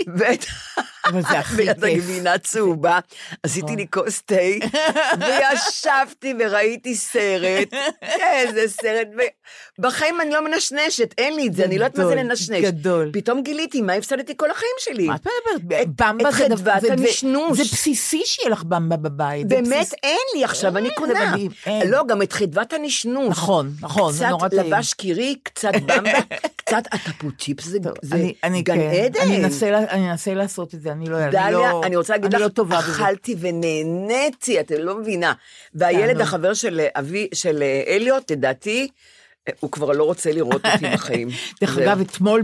Speaker 3: ואת הגבינה צהובה, עשיתי לי כוס תה, וישבתי וראיתי סרט, איזה סרט, בחיים אני לא מנשנשת, אין לי את זה, אני לא יודעת מה זה לנשנש.
Speaker 2: גדול.
Speaker 3: פתאום גיליתי מה הפסדתי כל החיים שלי.
Speaker 2: מה את מדברת? במבה זה
Speaker 3: חדוות הנשנוש.
Speaker 2: זה בסיסי שיהיה לך במבה בבית.
Speaker 3: באמת אין לי, עכשיו אני קונה. לא, גם את חדוות הנשנוש.
Speaker 2: נכון, זה נורא טעים.
Speaker 3: קצת לבש קירי, קצת במבה, קצת הצ'פוצ'יפס, זה גן עדן.
Speaker 2: אני אנסה לעשות את זה, אני לא יודעת.
Speaker 3: דליה, אני רוצה להגיד לך, אכלתי ונהניתי, את לא מבינה. והילד החבר של אליוט, לדעתי, הוא כבר לא רוצה לראות אותי בחיים.
Speaker 2: דרך אגב, אתמול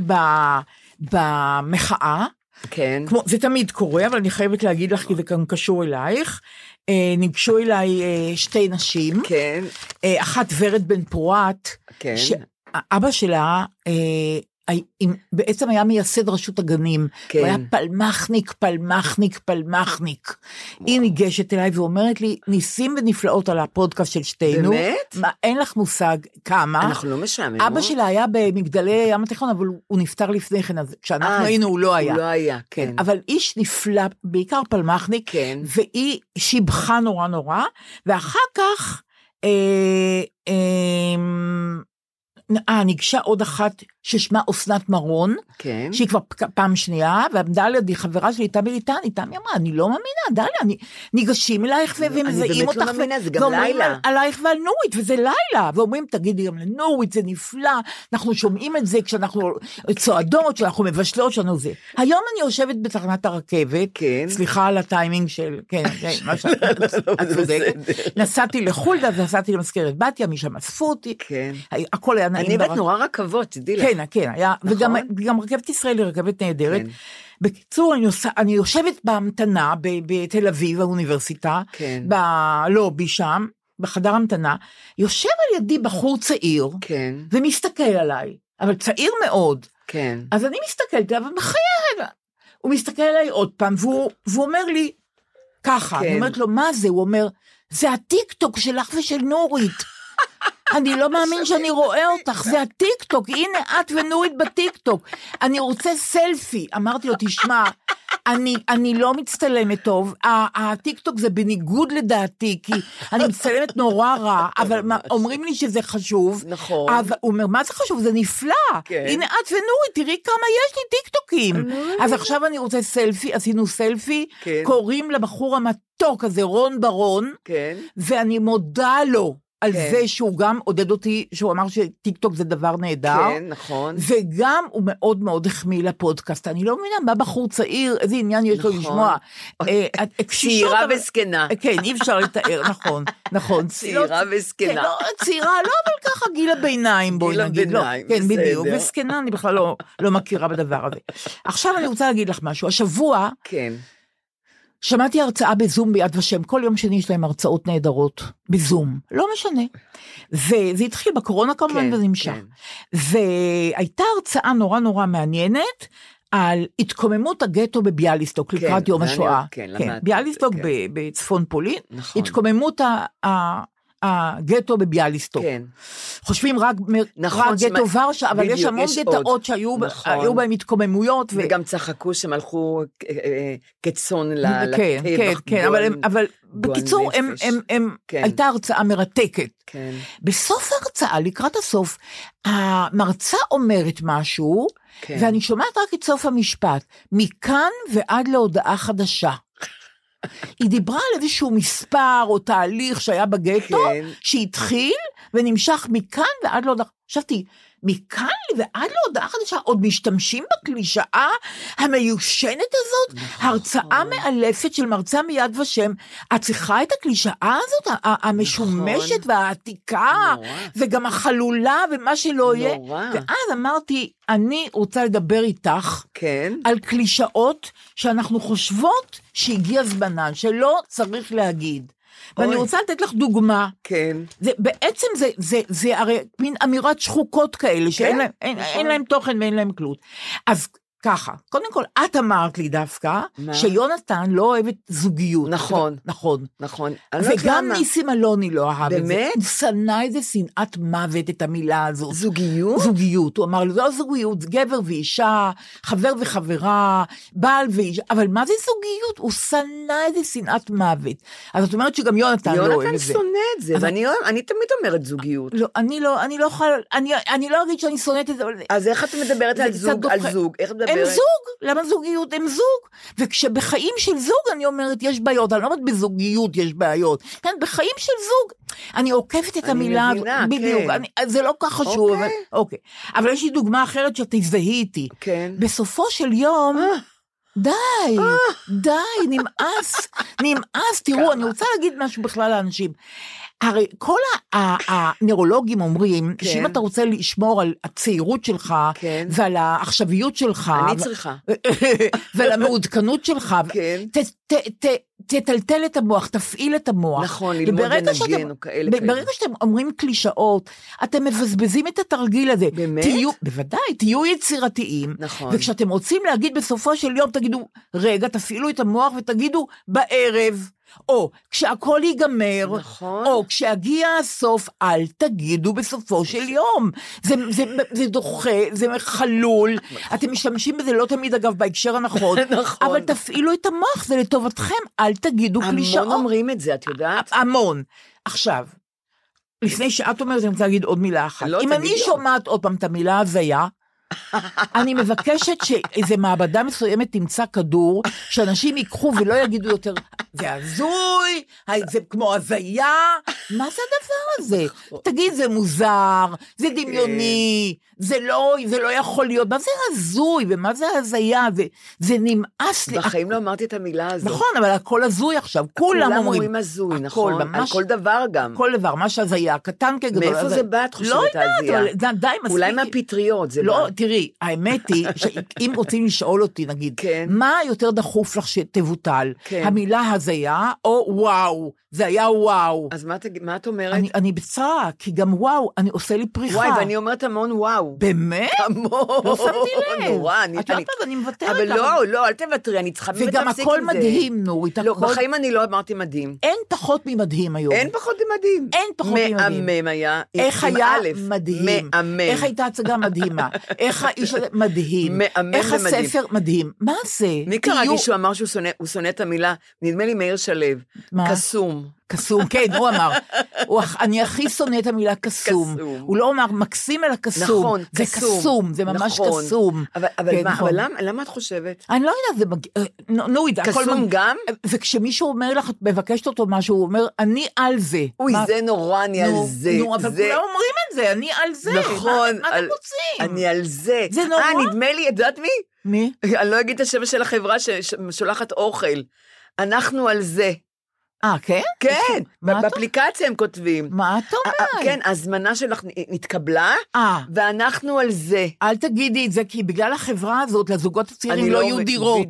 Speaker 2: במחאה,
Speaker 3: כן.
Speaker 2: זה תמיד קורה, אבל אני חייבת להגיד לך, כי זה גם קשור אלייך, ניגשו אליי 2 נשים,
Speaker 3: כן.
Speaker 2: אחת ורד בן פורת,
Speaker 3: כן.
Speaker 2: שאבא שלה, בעצם היה מייסד רשות הגנים, הוא היה פלמחניק, היא ניגשת אליי ואומרת לי, ניסים ונפלאות על הפודקאסט של שתינו,
Speaker 3: באמת?
Speaker 2: אין לך מושג כמה,
Speaker 3: אנחנו לא משעמם,
Speaker 2: אבא שלה היה במגדלי ים התיכון, אבל הוא נפטר לפני כן, אז כשאנחנו היינו הוא לא היה,
Speaker 3: הוא לא היה, כן.
Speaker 2: אבל איש נפלא, בעיקר פלמחניק,
Speaker 3: כן.
Speaker 2: והיא שיבחה נורא, ואחר כך, ניגשה עוד אחת ששמה אסנת מרון,
Speaker 3: כן.
Speaker 2: שהיא כבר פעם שנייה, ועמדה לידי חברה שלי, תמי אמרה, אני לא מאמינה, דליה, ניגשים אלייך ומזהים אותך,
Speaker 3: אני באמת לא מאמינה, זה גם לילה.
Speaker 2: עלייך ועל נורית, וזה לילה, ואומרים, תגידי גם לנורית, זה נפלא, אנחנו שומעים את זה כשאנחנו צועדות, כשאנחנו מבשלות, שאנחנו זה. היום אני יושבת בתחנת הרכבת,
Speaker 3: כן.
Speaker 2: סליחה על הטיימינג של, כן, מה את צודקת, נסעתי לחולדה, ונסעתי למזכרת בתיה, משם אספו אותי,
Speaker 3: כן.
Speaker 2: הכל היה נעים.
Speaker 3: אני באמת נורא רכבות, תדעי לך.
Speaker 2: כן, היה, וגם רכבת ישראל היא רכבת נהדרת. בקיצור, אני יושבת בהמתנה בתל אביב, האוניברסיטה, בלובי שם, בחדר המתנה, יושב על ידי בחור צעיר, ומסתכל עליי, אבל צעיר מאוד. אז אני מסתכלת עליו ומחייך. הוא מסתכל עליי עוד פעם, והוא אומר לי, ככה, אני אומרת לו, מה זה? הוא אומר, זה הטיק-טוק שלך ושל נורית. אני לא מאמין שאני רואה אותך, זה הטיק-טוק, הנה את ונורית בטיק-טוק, אני רוצה סלפי. אמרתי לו, תשמע, אני לא מצטלמת טוב, הטיק-טוק זה בניגוד לדעתי, כי אני מצטלמת נורא רע, אבל אומרים לי שזה חשוב,
Speaker 3: נכון.
Speaker 2: הוא אומר, מה זה חשוב? זה נפלא, הנה את ונורית, תראי כמה יש לי טיק-טוקים, אז עכשיו אני רוצה סלפי, עשינו סלפי, קוראים לבחור המתוק הזה, רון ברון, ואני מודה לו, על זה שהוא גם עודד אותי, שהוא אמר שטיק-טוק זה דבר נהדר.
Speaker 3: כן, נכון.
Speaker 2: וגם הוא מאוד מאוד החמיא לפודקאסט. אני לא מבינה, מה בחור צעיר, איזה עניין יש לו לשמוע.
Speaker 3: צעירה וזקנה.
Speaker 2: כן, אי אפשר לתאר, נכון.
Speaker 3: צעירה וזקנה.
Speaker 2: צעירה, לא, אבל ככה גיל הביניים, בואי נגיד. גיל הביניים, בסדר. כן, בדיוק, וזקנה אני בכלל לא מכירה בדבר הזה. עכשיו אני רוצה להגיד לך משהו. השבוע,
Speaker 3: כן.
Speaker 2: שמעתי הרצאה בזום ביד ושם, כל יום שני יש להם הרצאות נהדרות, בזום, לא משנה. וזה התחיל בקורונה כמובן ונמשך. והייתה הרצאה נורא נורא מעניינת, על התקוממות הגטו בביאליסטוק, לקראת יום השואה. ביאליסטוק בצפון פולין, התקוממות הגטו בביאליסטוק. חושבים רק גטו ורשה, אבל יש המון גטאות שהיו בהם התקוממויות.
Speaker 3: וגם צחקו שהם הלכו כצאן לטבח.
Speaker 2: כן, אבל בקיצור, הייתה הרצאה מרתקת. בסוף ההרצאה, לקראת הסוף, המרצה אומרת משהו, ואני שומעת רק את סוף המשפט, מכאן ועד להודעה חדשה. היא דיברה על איזשהו מספר או תהליך שהיה בגטו, שהתחיל ונמשך מכאן ועד להודעה. חשבתי, מכאן ועד להודעה חדשה, עוד משתמשים בקלישאה המיושנת הזאת, הרצאה מאלפת של מרצה מיד ושם, את צריכה את הקלישאה הזאת, המשומשת והעתיקה, וגם החלולה ומה שלא יהיה, ואז אמרתי, אני רוצה לדבר איתך, על קלישאות שאנחנו חושבות שהגיע זמנן, שלא צריך להגיד. ואני רוצה לתת לך דוגמה.
Speaker 3: כן.
Speaker 2: בעצם זה הרי מין אמירת שחוקות כאלה, שאין להם תוכן ואין להם כלום. אז ככה, קודם כל, את אמרת לי דווקא, שיונתן לא אוהב את זוגיות.
Speaker 3: נכון.
Speaker 2: וגם ניסים אלוני לא אהב את זה.
Speaker 3: באמת?
Speaker 2: הוא שנא איזה שנאת מוות את המילה הזאת.
Speaker 3: זוגיות?
Speaker 2: זוגיות. הוא אמר, לא זוגיות, גבר ואישה, חבר וחברה, בעל ואישה, אבל מה זה זוגיות? הוא שנא איזה שנאת מוות. אז את אומרת שגם יונתן לא אוהב את זה.
Speaker 3: יונתן שונא את זה, ואני תמיד אומרת זוגיות.
Speaker 2: לא, אני לא יכולה, אני לא אגיד שאני שונאת את זה.
Speaker 3: אז איך את מדברת על זוג? איך את מדברת?
Speaker 2: הם זוג, למה זוגיות? הם זוג, וכשבחיים של זוג אני אומרת יש בעיות, אני לא אומרת בזוגיות יש בעיות, כן, בחיים של זוג, אני עוקפת את המילה,
Speaker 3: אני מבינה,
Speaker 2: בדיוק,
Speaker 3: כן.
Speaker 2: זה לא כך חשוב, אוקיי, אבל יש לי דוגמה אחרת שתזדהי איתי,
Speaker 3: כן.
Speaker 2: בסופו של יום, די, נמאס, תראו, אני רוצה להגיד משהו בכלל לאנשים, הרי כל הנוירולוגים אומרים, שאם אתה רוצה לשמור על הצעירות שלך, ועל העכשוויות שלך,
Speaker 3: אני צריכה.
Speaker 2: ועל המעודכנות שלך, תטלטל את המוח, תפעיל את המוח.
Speaker 3: נכון, ללמוד לנגן או כאלה.
Speaker 2: ברגע שאתם אומרים קלישאות, אתם מבזבזים את התרגיל הזה.
Speaker 3: באמת?
Speaker 2: בוודאי, תהיו יצירתיים.
Speaker 3: נכון.
Speaker 2: וכשאתם רוצים להגיד בסופו של יום, תגידו, רגע, תפעילו את המוח ותגידו, בערב. או כשהכל ייגמר,
Speaker 3: נכון.
Speaker 2: או כשהגיע הסוף, אל תגידו בסופו של יום. זה דוחה, זה חלול, אתם משתמשים בזה לא תמיד אגב בהקשר הנכון,
Speaker 3: נכון.
Speaker 2: אבל תפעילו את המוח, זה לטובתכם, אל תגידו קלישאות.
Speaker 3: המון אומרים את זה, את יודעת?
Speaker 2: המון. עכשיו, לפני שאת אומרת, אני רוצה להגיד עוד מילה אחת. אם אני שומעת עוד פעם את המילה הזיה, אני מבקשת שאיזו מעבדה מסוימת תמצא כדור, שאנשים ייקחו ולא יגידו יותר, זה הזוי, זה כמו הזיה, מה זה הדבר הזה? תגיד, זה מוזר, זה דמיוני, זה לא יכול להיות, מה זה הזוי, ומה זה הזיה, זה נמאס לי.
Speaker 3: בחיים לא אמרתי את המילה הזאת.
Speaker 2: נכון, אבל הכל הזוי עכשיו, כולם אומרים
Speaker 3: הזוי, נכון, על כל דבר גם.
Speaker 2: כל דבר, מה שהזיה, קטן כגדול.
Speaker 3: מאיפה זה בא, את חושבת הזיה?
Speaker 2: די, מספיק.
Speaker 3: אולי מהפטריות זה בא.
Speaker 2: לא, תראי, האמת היא, שאם רוצים לשאול אותי, נגיד, מה יותר דחוף לך שתבוטל? המילה הזיה, או וואו, זה היה וואו.
Speaker 3: אז מה את אומרת?
Speaker 2: אני בצרה, כי גם וואו, אני עושה לי פריחה.
Speaker 3: וואי, ואני אומרת המון וואו.
Speaker 2: באמת?
Speaker 3: המון.
Speaker 2: לא שמתי לב.
Speaker 3: נורא,
Speaker 2: אני מוותרת.
Speaker 3: אבל לא, אל תוותרי, אני צריכה באמת
Speaker 2: וגם הכל מדהים, נורית.
Speaker 3: לא, בחיים אני לא אמרתי מדהים.
Speaker 2: אין פחות ממדהים היום.
Speaker 3: אין פחות ממדהים.
Speaker 2: אין פחות ממדהים.
Speaker 3: מהמם היה.
Speaker 2: איך היה מדהים. איך הייתה הצגה מדהימה. איך האיש הזה מדהים. איך הספר מדהים. מה זה?
Speaker 3: מי קראתי שהוא אמר שהוא שונא את המילה, נדמה לי מאיר שלו. קסום.
Speaker 2: קסום, כן, הוא אמר, אני הכי שונא את המילה קסום, הוא לא אמר מקסים אלא קסום,
Speaker 3: נכון,
Speaker 2: זה קסום, זה ממש קסום.
Speaker 3: אבל למה את חושבת?
Speaker 2: אני לא יודעת, נורית,
Speaker 3: קסום גם?
Speaker 2: וכשמישהו אומר לך, מבקשת אותו משהו, הוא אומר, אני על זה.
Speaker 3: אוי, זה נורא, אני על זה.
Speaker 2: נו, אבל כולם אומרים את זה, אני על זה.
Speaker 3: נכון.
Speaker 2: מה אתם רוצים?
Speaker 3: אני על זה.
Speaker 2: זה נורא.
Speaker 3: נדמה לי, יודעת מי?
Speaker 2: מי?
Speaker 3: אני לא אגיד את השם של החברה ששולחת אוכל. אנחנו על זה.
Speaker 2: כן?
Speaker 3: כן, באפליקציה הם כותבים.
Speaker 2: מה אתה אומר?
Speaker 3: כן, הזמנה שלך נתקבלה, ואנחנו על זה.
Speaker 2: אל תגידי את זה, כי בגלל החברה הזאת, לזוגות הצעירים לא יהיו דירות.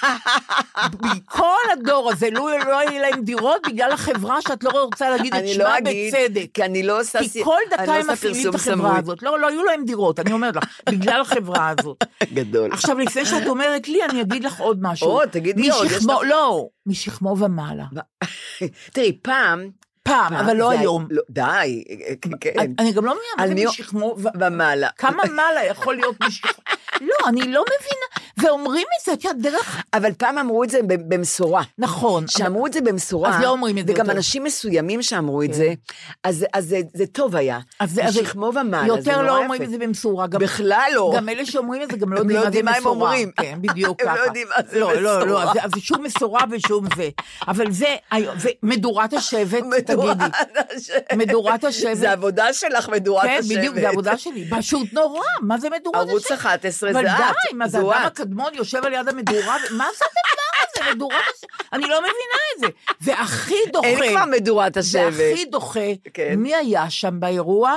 Speaker 2: כל הדור הזה, לא יהיו להם דירות, בגלל החברה שאת לא רוצה להגיד את שמה בצדק.
Speaker 3: כי אני לא עושה
Speaker 2: כי כל דקה הם מפעילים את החברה הזאת. לא יהיו להם דירות, אני אומרת לך, בגלל החברה הזאת.
Speaker 3: גדול.
Speaker 2: עכשיו, לפני שאת אומרת לי, אני אגיד לך עוד משהו.
Speaker 3: תגידי עוד.
Speaker 2: לא, משכמו ומעלה.
Speaker 3: תראי, פעם,
Speaker 2: אבל לא היום.
Speaker 3: די, כן.
Speaker 2: אני גם לא מבינה, מה זה משכמו
Speaker 3: ומעלה.
Speaker 2: כמה מעלה יכול להיות משכמו? לא, אני לא מבינה, ואומרים את זה, את יודעת, דרך...
Speaker 3: אבל פעם אמרו את זה במשורה.
Speaker 2: נכון.
Speaker 3: שאמרו את זה במשורה.
Speaker 2: אז לא אומרים את זה יותר.
Speaker 3: וגם אנשים מסוימים שאמרו את זה, אז זה טוב היה. משכמו ומעלה,
Speaker 2: יותר לא אומרים את זה במשורה.
Speaker 3: בכלל לא.
Speaker 2: גם אלה שאומרים את זה, גם לא יודעים מה זה משורה. כן, בדיוק ככה.
Speaker 3: הם לא יודעים מה זה משורה.
Speaker 2: לא, זה שום משורה ושום זה. אבל זה, מדורת השבט, תגידי. מדורת השבט.
Speaker 3: זה עבודה שלך, מדורת השבט.
Speaker 2: כן, בדיוק, זה עבודה שלי. פשוט נורא, מה זה מדורת השבט?
Speaker 3: ערוץ 11 זה את.
Speaker 2: אבל די, מה זה אדם הקדמון יושב על יד המדורה, מה זה הדבר הזה, מדורת השבט? אני לא מבינה את זה. והכי דוחה.
Speaker 3: אין כבר מדורת השבט.
Speaker 2: והכי דוחה, מי היה שם באירוע?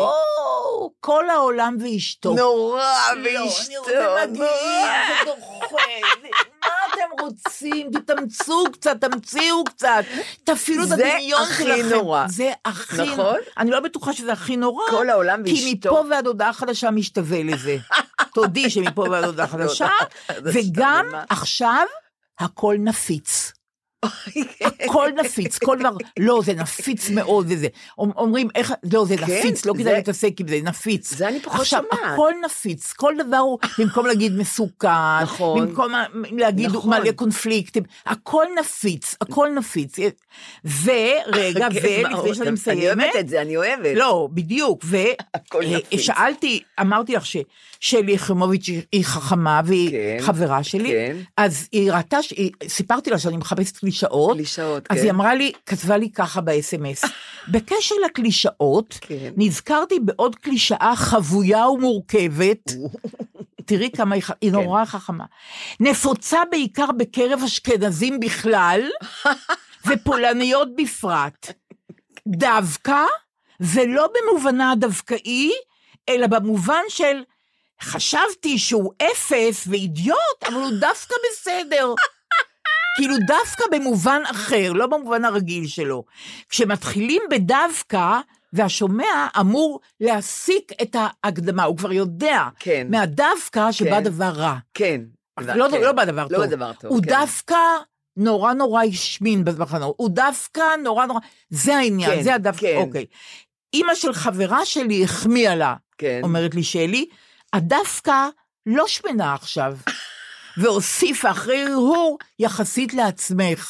Speaker 2: כל העולם ואשתו.
Speaker 3: נורא, ואשתו.
Speaker 2: זה מגיע, זה דוחה. מה אתם רוצים? תתאמצו קצת, תמציאו קצת, תפעילו את הדמיון שלכם.
Speaker 3: זה הכי נורא.
Speaker 2: זה הכי נורא. אני לא בטוחה שזה הכי נורא.
Speaker 3: כל העולם ואשתו.
Speaker 2: כי מפה ועד הודעה חדשה משתווה לזה. תודי שמפה ועד הודעה חדשה, וגם עכשיו הכל נפיץ. הכל נפיץ, כל דבר, לא, זה נפיץ מאוד, וזה, אומרים, איך, לא, זה נפיץ, לא כדאי להתעסק עם זה, נפיץ.
Speaker 3: זה אני פחות
Speaker 2: שומעת. עכשיו, הכל נפיץ, כל דבר הוא, במקום להגיד מסוכן, במקום להגיד מלא קונפליקטים, הכל נפיץ, הכל נפיץ. ורגע, ולפני שאני מסיימת.
Speaker 3: אני אוהבת את זה, אני אוהבת.
Speaker 2: לא, בדיוק, ושאלתי, אמרתי לך שלי יחימוביץ' היא חכמה, והיא חברה שלי, אז היא ראתה, סיפרתי לה שאני מחפשת קלישאות, אז היא אמרה לי, כתבה לי ככה ב-SMS, בקשר לקלישאות, נזכרתי בעוד קלישאה חבויה ומורכבת, תראי כמה היא נורא חכמה, נפוצה בעיקר בקרב אשכנזים בכלל, ופולניות בפרט, דווקא, ולא במובנה הדווקאי, אלא במובן של, חשבתי שהוא אפס ואידיוט, אבל הוא דווקא בסדר. כאילו דווקא במובן אחר, לא במובן הרגיל שלו. כשמתחילים בדווקא, והשומע אמור להסיק את ההקדמה, הוא כבר יודע מהדווקא שבא דבר רע.
Speaker 3: כן.
Speaker 2: לא בא דבר טוב.
Speaker 3: לא דבר טוב.
Speaker 2: הוא דווקא נורא נורא השמין בזמנו, הוא דווקא נורא נורא, זה העניין, זה הדווקא, אוקיי. אמא של חברה שלי החמיאה לה, אומרת לי שלי, הדווקא לא שמנה עכשיו, והוסיפה אחרי הרהור יחסית לעצמך.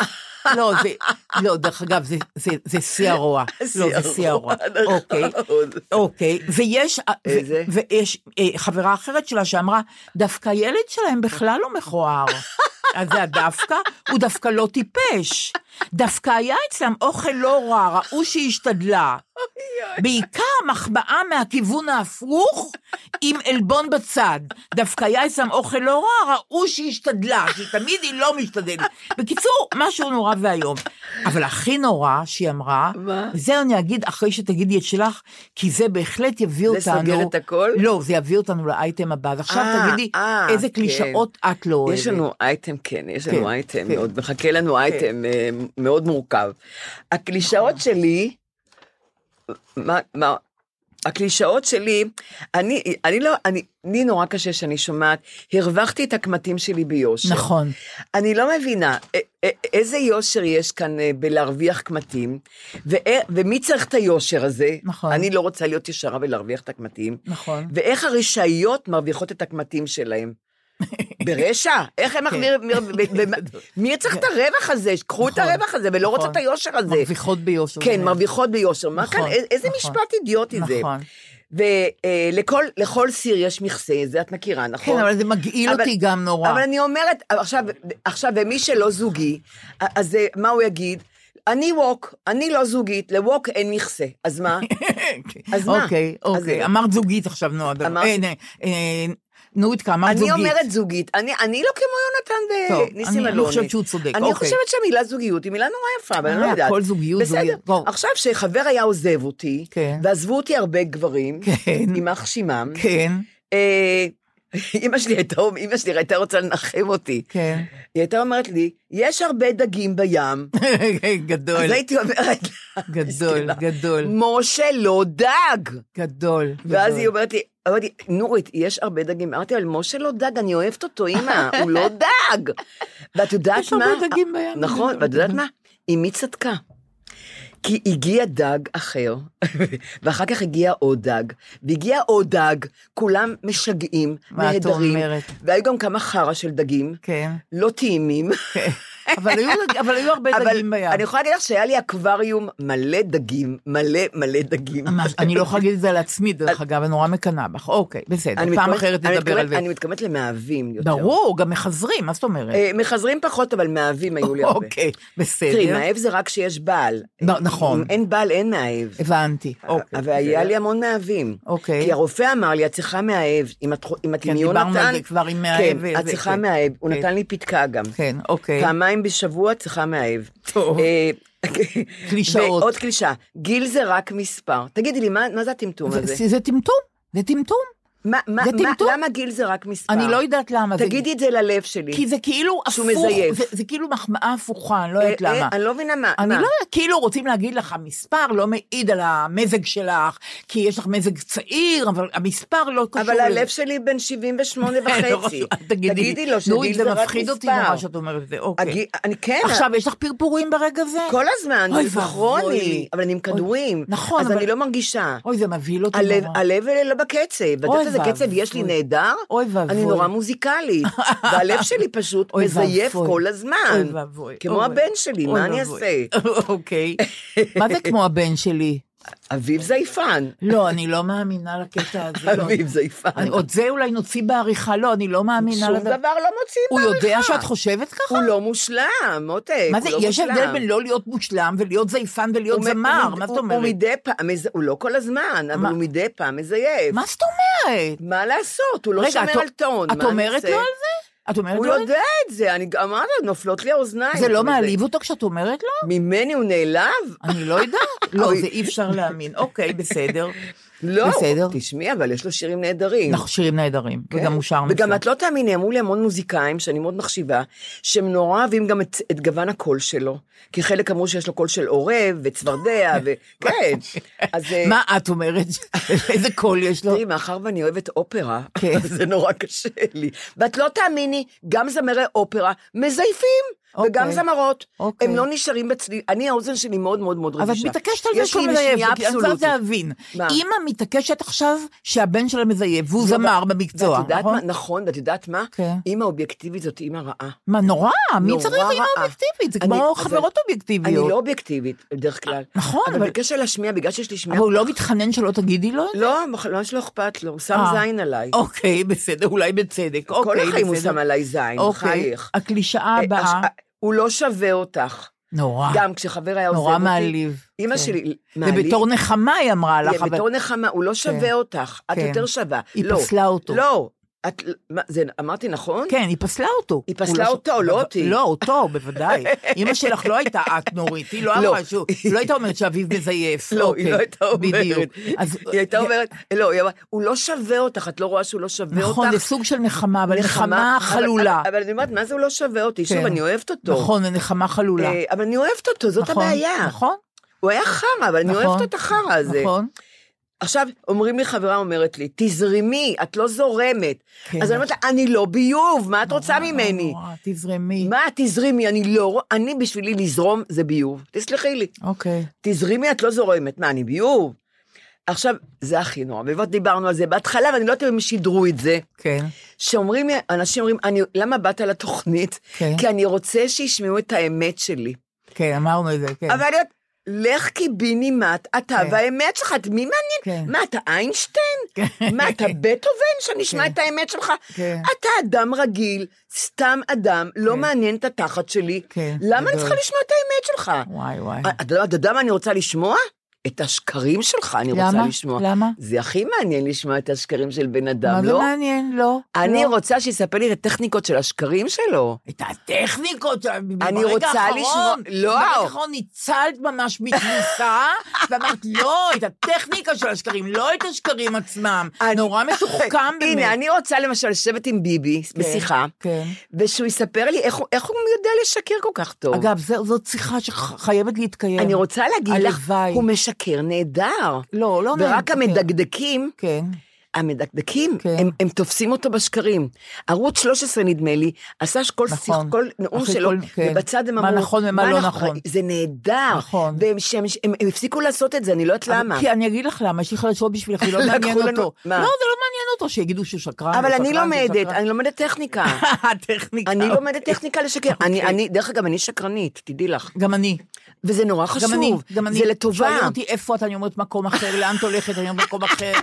Speaker 2: לא, דרך אגב, זה שיא הרוע. לא, זה שיא הרוע. אוקיי. ויש חברה אחרת שלה שאמרה, דווקא הילד שלהם בכלל לא מכוער. אז זה דווקא, הוא דווקא לא טיפש. דווקא היה אצלם אוכל לא רע, ראו שהשתדלה. בעיקר מחבאה מהכיוון ההפוך, עם אלבון בצד. דווקא היה אצלם אוכל לא רע, ראו שהשתדלה, כי תמיד היא לא משתדלת. בקיצור, משהו נורא והיום. אבל הכי נורא שהיא אמרה, וזה אני אגיד אחרי שתגידי את שלך, כי זה בהחלט יביא אותנו...
Speaker 3: זה סוגר את הכל?
Speaker 2: לא, זה יביא אותנו לאייטם הבא. עכשיו תגידי, איזה קלישאות את לא אוהבת.
Speaker 3: יש לנו אייטם, כן, יש לנו אייטם, מאוד מחכה לנו אייטם מאוד מורכב. הקלישאות שלי, הקלישאות שלי, אני נורא קשה שאני שומעת, הרווחתי את הקמטים שלי ביושר.
Speaker 2: נכון.
Speaker 3: אני לא מבינה, איזה יושר יש כאן בלהרוויח קמטים, ומי צריך את היושר הזה?
Speaker 2: נכון.
Speaker 3: אני לא רוצה להיות ישרה ולהרוויח את הקמטים.
Speaker 2: נכון.
Speaker 3: ואיך הרשעיות מרוויחות את הקמטים שלהם? ברשע? איך הם מי צריך את הרווח הזה? קחו את הרווח הזה ולא רוצה את היושר הזה.
Speaker 2: מרוויחות ביושר.
Speaker 3: כן, מרוויחות ביושר. מה כאן? איזה משפט אידיוטי זה? ולכל סיר יש מכסה, זה את מכירה, נכון?
Speaker 2: כן, אבל זה מגעיל אותי גם נורא.
Speaker 3: אבל אני אומרת, עכשיו, ומי שלא זוגי, אז מה הוא יגיד? אני ווק, אני לא זוגית, לווק אין מכסה, אז מה? אז מה?
Speaker 2: אוקיי, אמרת זוגית עכשיו, נועתקה, אמרת זוגית.
Speaker 3: אני אומרת זוגית, אני לא כמו יונתן וניסים אלוני.
Speaker 2: אני חושבת שהוא צודק.
Speaker 3: אני חושבת שהמילה זוגיות היא מילה נורא יפה, אבל אני לא יודעת.
Speaker 2: כל זוגיות.
Speaker 3: בסדר, עכשיו שחבר היה עוזב אותי, ועזבו אותי הרבה גברים, עם אח שימם, אמא שלי הייתה רוצה לנחם אותי.
Speaker 2: כן.
Speaker 3: היא הייתה אומרת לי, יש הרבה דגים בים.
Speaker 2: גדול.
Speaker 3: אז הייתי אומרת לה,
Speaker 2: גדול.
Speaker 3: משה לא דג.
Speaker 2: גדול.
Speaker 3: ואז היא אומרת לי, נורית, יש הרבה דגים. אמרתי, אבל משה לא דג, אני אוהבת אותו, אמא, הוא לא דג. ואת יודעת מה?
Speaker 2: יש הרבה דגים בים.
Speaker 3: נכון, ואת יודעת מה? אמי צדקה. כי הגיע דג אחר, ואחר כך הגיע עוד דג, והגיע עוד דג, כולם משגעים, נהדרים, והיו גם כמה חרה של דגים, לא טעימים,
Speaker 2: אבל היו הרבה דגים בים.
Speaker 3: אני יכולה להגיד לך שהיה לי אקווריום מלא דגים, מלא דגים.
Speaker 2: אני לא יכולה להגיד את זה על עצמי, דרך אגב, נורא מקנה בך. אוקיי, בסדר, פעם אחרת נדבר על זה.
Speaker 3: אני מתכוונת למאהבים יותר.
Speaker 2: ברור, גם מחזרים, מה זאת אומרת?
Speaker 3: מחזרים פחות, אבל מאהבים היו לי הרבה.
Speaker 2: אוקיי, בסדר.
Speaker 3: תראי, מאהב זה רק שיש בעל.
Speaker 2: נכון.
Speaker 3: אם אין בעל, אין מאהב.
Speaker 2: הבנתי.
Speaker 3: אבל היה לי המון מאהבים.
Speaker 2: אוקיי.
Speaker 3: כי הרופא אמר לי, את צריכה מאהב. אם את עם יונתן,
Speaker 2: כן,
Speaker 3: את צריכה מאהב. הוא נתן לי פתקה גם.
Speaker 2: כן, אוקיי.
Speaker 3: פעמיים בשבוע צריכה מאהב.
Speaker 2: טוב. קלישאות.
Speaker 3: ועוד קלישה, גיל זה רק מספר. תגידי לי, מה זה הטמטום הזה?
Speaker 2: זה טמטום, זה טמטום.
Speaker 3: למה גיל זה רק מספר?
Speaker 2: אני לא יודעת למה.
Speaker 3: תגידי את זה ללב שלי.
Speaker 2: כי זה כאילו הפוך, זה כאילו מחמאה הפוכה, אני לא יודעת למה.
Speaker 3: אני לא מבינה מה.
Speaker 2: אני לא יודעת, כאילו רוצים להגיד לך, המספר לא מעיד על המזג שלך, כי יש לך מזג צעיר, אבל המספר לא קשור.
Speaker 3: אבל הלב שלי בין 78 וחצי.
Speaker 2: תגידי לו שגיל זה רק מספר. זה מפחיד אותי נורא שאת אומרת את זה, אוקיי. עכשיו, יש לך פרפורים ברגע זה?
Speaker 3: כל הזמן, זה כרוני, אבל אני עם כדורים.
Speaker 2: נכון.
Speaker 3: אז אני לא מרגישה.
Speaker 2: אוי, זה מבהיל אותי נורא.
Speaker 3: הלב לא בקצב. איזה קצב יש לי נהדר, אני נורא מוזיקלית, והלב שלי פשוט מזייף כל הזמן, כמו הבן שלי, מה אני אעשה?
Speaker 2: אוקיי, מה זה כמו הבן שלי?
Speaker 3: אביב זייפן.
Speaker 2: לא, אני לא מאמינה לקטע הזה.
Speaker 3: אביב זייפן.
Speaker 2: עוד זה אולי נוציא בעריכה, לא, אני לא מאמינה.
Speaker 3: שום דבר לא מוציאים בעריכה.
Speaker 2: הוא יודע שאת חושבת ככה?
Speaker 3: הוא לא מושלם, מותק.
Speaker 2: מה זה, יש הבדל בין לא להיות מושלם ולהיות זייפן ולהיות זמר, מה זאת אומרת?
Speaker 3: הוא מדי פעם, הוא לא כל הזמן, אבל הוא מדי פעם מזייף.
Speaker 2: מה זאת אומרת?
Speaker 3: מה לעשות? הוא לא שומר על טון.
Speaker 2: את אומרת לו על זה?
Speaker 3: הוא יודע את זה, אני אמרת, נופלות לי האוזניים.
Speaker 2: זה לא מעליב אותו כשאת אומרת לו?
Speaker 3: ממני הוא נעלב?
Speaker 2: אני לא יודעת. לא, זה אי אפשר להאמין. אוקיי, בסדר.
Speaker 3: לא, תשמעי, אבל יש לו שירים נהדרים.
Speaker 2: שירים נהדרים, וגם הוא שר נפלא.
Speaker 3: וגם את לא תאמיני, אמרו לי המון מוזיקאים, שאני מאוד מחשיבה, שהם נורא אוהבים גם את גוון הקול שלו. כי חלק אמרו שיש לו קול של עורב, וצפרדע, וכן.
Speaker 2: מה את אומרת? איזה קול יש לו?
Speaker 3: תראי, מאחר ואני אוהבת אופרה, זה נורא קשה לי. ואת לא תאמיני, גם זמרי אופרה מזייפים. וגם זמרות, הם לא נשארים בצליל, אני האוזן שלי מאוד מאוד מאוד רגישה.
Speaker 2: אז את מתעקשת על זה שהוא מזייף, אני רוצה להבין. אמא מתעקשת עכשיו שהבן שלה מזייף, והוא זמר במקצוע, נכון?
Speaker 3: נכון, ואת יודעת מה? אמא אובייקטיבית זאת אמא רעה.
Speaker 2: מה, נורא? מי צריך אמא אובייקטיבית? זה כמו חברות אובייקטיביות.
Speaker 3: אני לא אובייקטיבית, בדרך כלל.
Speaker 2: נכון.
Speaker 3: אבל בקשר להשמיע, בגלל שיש לי שמיעה...
Speaker 2: אבל הוא לא מתחנן שלא תגידי לו?
Speaker 3: לא, ממש לא אכפת לו, הוא שם זין עליי.
Speaker 2: אוקיי, בסדר, אולי בצדק.
Speaker 3: כל החיים הוא שם עליי זין, חייך.
Speaker 2: הקלישאה הבאה...
Speaker 3: הוא לא שווה אותך.
Speaker 2: נורא.
Speaker 3: גם כשחבר היה עוזב אותי.
Speaker 2: נורא מעליב.
Speaker 3: אמא שלי, מעליב.
Speaker 2: ובתור נחמה היא אמרה לך.
Speaker 3: בתור נחמה, הוא לא שווה אותך, את יותר שווה.
Speaker 2: היא פסלה אותו.
Speaker 3: לא. אמרתי נכון?
Speaker 2: כן, היא פסלה אותו.
Speaker 3: היא פסלה אותו, לא אותי.
Speaker 2: לא, אותו, בוודאי. אמא שלך לא הייתה את נורית, היא לא אמרה שהוא, לא הייתה אומרת שאביב מזייף.
Speaker 3: לא, היא לא הייתה אומרת.
Speaker 2: בדיוק.
Speaker 3: היא הייתה אומרת, לא, הוא לא שווה אותך, את לא רואה שהוא לא שווה אותך.
Speaker 2: נכון, זה סוג של נחמה, אבל נחמה חלולה.
Speaker 3: אבל אני אומרת, מה זה הוא לא שווה אותי? שוב, אני אוהבת אותו.
Speaker 2: נכון, זה נחמה חלולה.
Speaker 3: אבל אני אוהבת אותו, זאת הבעיה.
Speaker 2: נכון.
Speaker 3: הוא היה חרא, אבל אני אוהבת את החרא הזה.
Speaker 2: נכון.
Speaker 3: עכשיו, אומרים לי, חברה אומרת לי, תזרמי, את לא זורמת. אז אני אומרת לה, אני לא ביוב, מה את רוצה ממני?
Speaker 2: תזרמי.
Speaker 3: מה, תזרימי, אני בשבילי לזרום, זה ביוב. תסלחי לי.
Speaker 2: אוקיי.
Speaker 3: תזרימי, את לא זורמת. מה, אני ביוב? עכשיו, זה הכי נורא, ובאת דיברנו על זה בהתחלה, ואני לא יודעת אם הם שידרו את זה.
Speaker 2: כן.
Speaker 3: שאומרים לי, אנשים אומרים, למה באת לתוכנית? כי אני רוצה שישמעו את האמת שלי.
Speaker 2: כן, אמרנו את זה, כן.
Speaker 3: אבל לך קיבינימט, אתה והאמת שלך, מי מעניין? מה, אתה איינשטיין? מה, אתה בטהובן שנשמע את האמת שלך? אתה אדם רגיל, סתם אדם, לא מעניין את התחת שלי, למה אני צריכה לשמוע את האמת שלך?
Speaker 2: וואי וואי.
Speaker 3: אתה יודע מה אני רוצה לשמוע? את השקרים שלך אני רוצה לשמוע.
Speaker 2: למה?
Speaker 3: זה הכי מעניין לשמוע את השקרים של בן אדם,
Speaker 2: לא? מה זה מעניין? לא.
Speaker 3: אני רוצה שיספר לי את הטכניקות של השקרים שלו.
Speaker 2: את הטכניקות?
Speaker 3: אני רוצה לשמוע, לא.
Speaker 2: ברגע האחרון ניצלת ממש מתבוסה, ואמרת, לא, את הטכניקה של השקרים, לא את השקרים עצמם. נורא מתוחכם באמת.
Speaker 3: הנה, אני רוצה למשל לשבת עם ביבי, בשיחה, ושהוא יספר לי איך הוא יודע לשקר כל כך טוב.
Speaker 2: אגב, זאת שיחה שחייבת להתקיים.
Speaker 3: אני רוצה להגיד לך, הוא משקר נהדר.
Speaker 2: לא, לא
Speaker 3: ורק המדקדקים,
Speaker 2: כן.
Speaker 3: המדקדקים, הם תופסים אותו בשקרים. ערוץ 13 נדמה לי, עשה כל נאום שלו, ובצד הם אמרו,
Speaker 2: מה נכון ומה לא נכון.
Speaker 3: זה נהדר, והם הפסיקו לעשות את זה, אני לא יודעת למה.
Speaker 2: כי אני אגיד לך למה, יש לי חדשות בשבילך, זה לא מעניין אותו. לא, זה לא מעניין אותו, שיגידו שהוא שקרן.
Speaker 3: אבל אני לומדת טכניקה. אני לומדת טכניקה לשקר. דרך אגב, אני שקרנית, תדעי לך.
Speaker 2: גם אני.
Speaker 3: וזה נורא חשוב, זה לטובה.
Speaker 2: שואלים אותי איפה את, אני אומרת מקום אחר, לאן את הולכת, אני אומרת מקום אחר.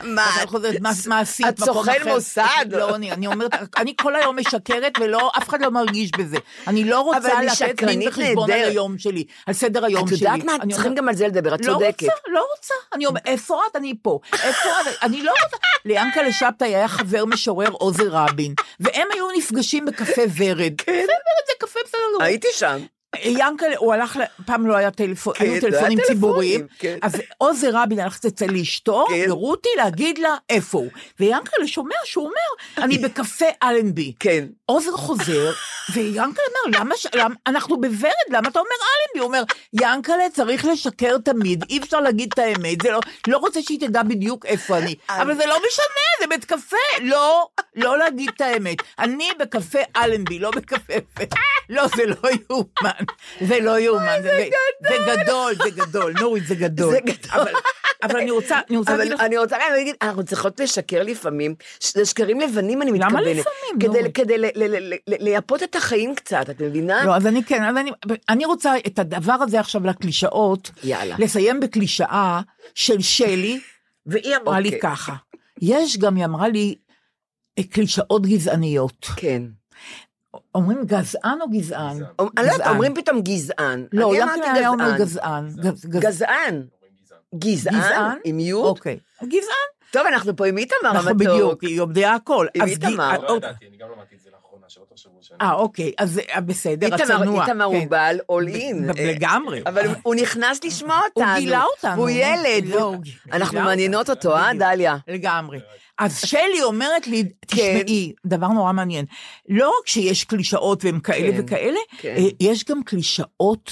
Speaker 2: מה עשית?
Speaker 3: את סוכן מוסד?
Speaker 2: לא, אני אומרת, אני כל היום משקרת, ואף אחד לא מרגיש בזה. אני לא רוצה לתת דין וחשבון על היום שלי, על סדר היום שלי.
Speaker 3: את יודעת מה? צריכים גם על זה לדבר, את צודקת.
Speaker 2: לא רוצה. אני אומרת, איפה את? אני פה. איפה את? אני לא רוצה. ליענקל'ה שבתאי היה חבר משורר עוזר רבין, והם היו נפגשים בקפה ורד. קפה ורד זה קפה בסדר.
Speaker 3: הייתי שם.
Speaker 2: יענקל'ה, הוא הלך, פעם לא היה היו טלפונים ציבוריים, אז עוזר רבין הלך אצל אשתו, ורותי להגיד לה איפה הוא, ויענקל'ה שומע שהוא אומר, אני בקפה אלנבי, עוזר חוזר, ויענקל'ה אומר, למה, אנחנו בוורד, למה אתה אומר אלנבי? הוא אומר, יענקל'ה צריך לשקר תמיד, אי אפשר להגיד את האמת, לא רוצה שהיא תדע בדיוק איפה אני, אבל זה לא משנה, זה בית קפה, לא להגיד את האמת, אני בקפה אלנבי, לא בקפה, לא, זה לא יאומן. זה לא יאומן, זה גדול, נורית, זה גדול. אבל אני רוצה להגיד לך...
Speaker 3: אני רוצה להגיד, אנחנו צריכות לשקר לפעמים, זה שקרים לבנים אני מתכוונת.
Speaker 2: למה לפעמים?
Speaker 3: כדי לייפות את החיים קצת, את מבינה?
Speaker 2: לא, אז אני רוצה את הדבר הזה עכשיו לקלישאות, לסיים בקלישאה של שלי, והיא אמרה לי ככה, יש גם, היא אמרה לי, קלישאות גזעניות.
Speaker 3: כן.
Speaker 2: אומרים גזען או גזען?
Speaker 3: אומרים פתאום גזען.
Speaker 2: לא, יענקל'ה היה אומר גזען.
Speaker 3: גזען? עם יוד?
Speaker 2: אוקיי. גזען.
Speaker 3: טוב, אנחנו פה עם איתמר המתוק.
Speaker 2: אנחנו בדיוק, היא יודע הכל.
Speaker 3: עם איתמר.
Speaker 4: לא ידעתי, אני גם למדתי את זה לאחרונה, שלא תחשבו שאני...
Speaker 2: אוקיי, אז בסדר, הצנוע.
Speaker 3: איתמר הוא בעל אול-אין.
Speaker 2: לגמרי.
Speaker 3: אבל הוא נכנס לשמוע אותנו.
Speaker 2: הוא גילה אותנו.
Speaker 3: הוא ילד. אנחנו מעניינות אותו, דליה?
Speaker 2: לגמרי. אז שלי אומרת לי, תשמעי, דבר נורא מעניין, לא רק שיש קלישאות והם כאלה וכאלה, יש גם קלישאות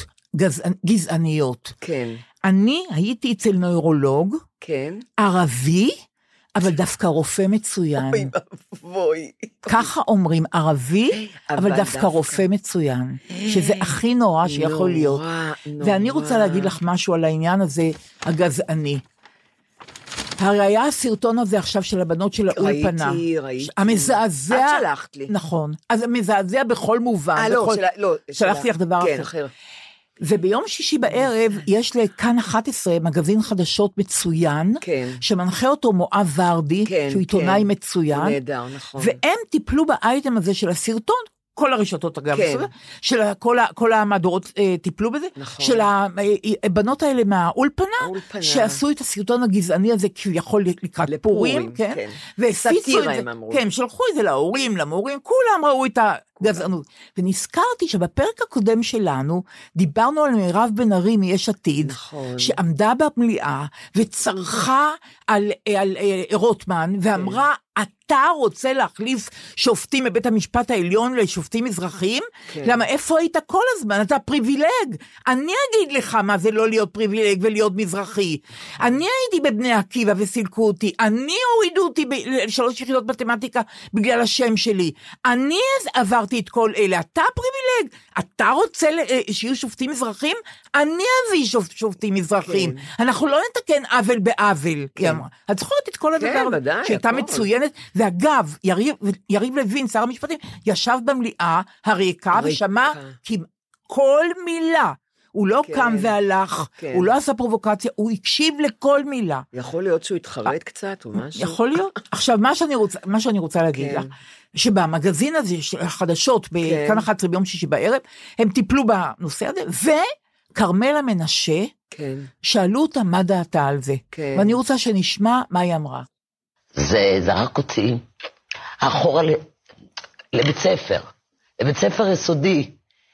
Speaker 2: גזעניות.
Speaker 3: כן.
Speaker 2: אני הייתי אצל נוירולוג, ערבי, אבל דווקא רופא מצוין.
Speaker 3: אוי.
Speaker 2: ככה אומרים, ערבי, אבל דווקא רופא מצוין. שזה הכי נורא שיכול להיות. ואני רוצה להגיד לך משהו על העניין הזה, הגזעני. הרי היה הסרטון הזה עכשיו של הבנות של האולפנה.
Speaker 3: ראיתי.
Speaker 2: המזעזע.
Speaker 3: את שלחת לי.
Speaker 2: נכון. אז המזעזע בכל מובן.
Speaker 3: לא.
Speaker 2: שלחתי לך דבר אחר. וביום שישי בערב יש לכאן 11 מגזין חדשות מצוין, שמנחה אותו מואב ורדי, שהוא עיתונאי מצוין.
Speaker 3: נהדר, נכון.
Speaker 2: והם טיפלו באייטם הזה של הסרטון, כל הרשתות אגב, של כל המהדורות טיפלו בזה, של הבנות האלה מהאולפנה, שעשו את הסרטון הגזעני הזה, כביכול לקראת פורים, והפיצו את זה, כן, שלחו את זה להורים, למורים, כולם ראו את הגזענות, ונזכרתי שבפרק הקודם שלנו, דיברנו על מירב בן ארי מיש עתיד, שעמדה במליאה, וצרחה על רוטמן, ואמרה, אתה רוצה להחליף שופטים מבית המשפט העליון לשופטים מזרחיים? למה איפה היית כל הזמן? אתה פריבילג. אני אגיד לך מה זה לא להיות פריבילג ולהיות מזרחי. אני הייתי בבני עקיבא וסילקו אותי. אני הורידו אותי ב3 יחידות מתמטיקה בגלל השם שלי. אני עברתי את כל אלה. אתה פריבילג. אתה רוצה שיהיו שופטים מזרחים? אני אביא שופטים מזרחים. אנחנו לא נתקן עוול בעוול. את זוכרת את כל הדבר שהייתה מצוינת. ואגב, יריב לוין, שר המשפטים, ישב במליאה הריקה ושמע כל מילה. הוא לא קם והלך, הוא לא עשה פרובוקציה, הוא הקשיב לכל מילה.
Speaker 3: יכול להיות שהוא התחרט קצת או משהו?
Speaker 2: יכול להיות. עכשיו, מה שאני רוצה להגיד לך, שבמגזין הזה של החדשות, בכאן 11 ביום שישי בערב, הם טיפלו בנושא הזה, וקרמלה מנשה, שאלו אותה מה דעתה על זה. ואני רוצה שנשמע מה היא אמרה.
Speaker 5: זה זרק אותי אחורה לבית ספר יסודי,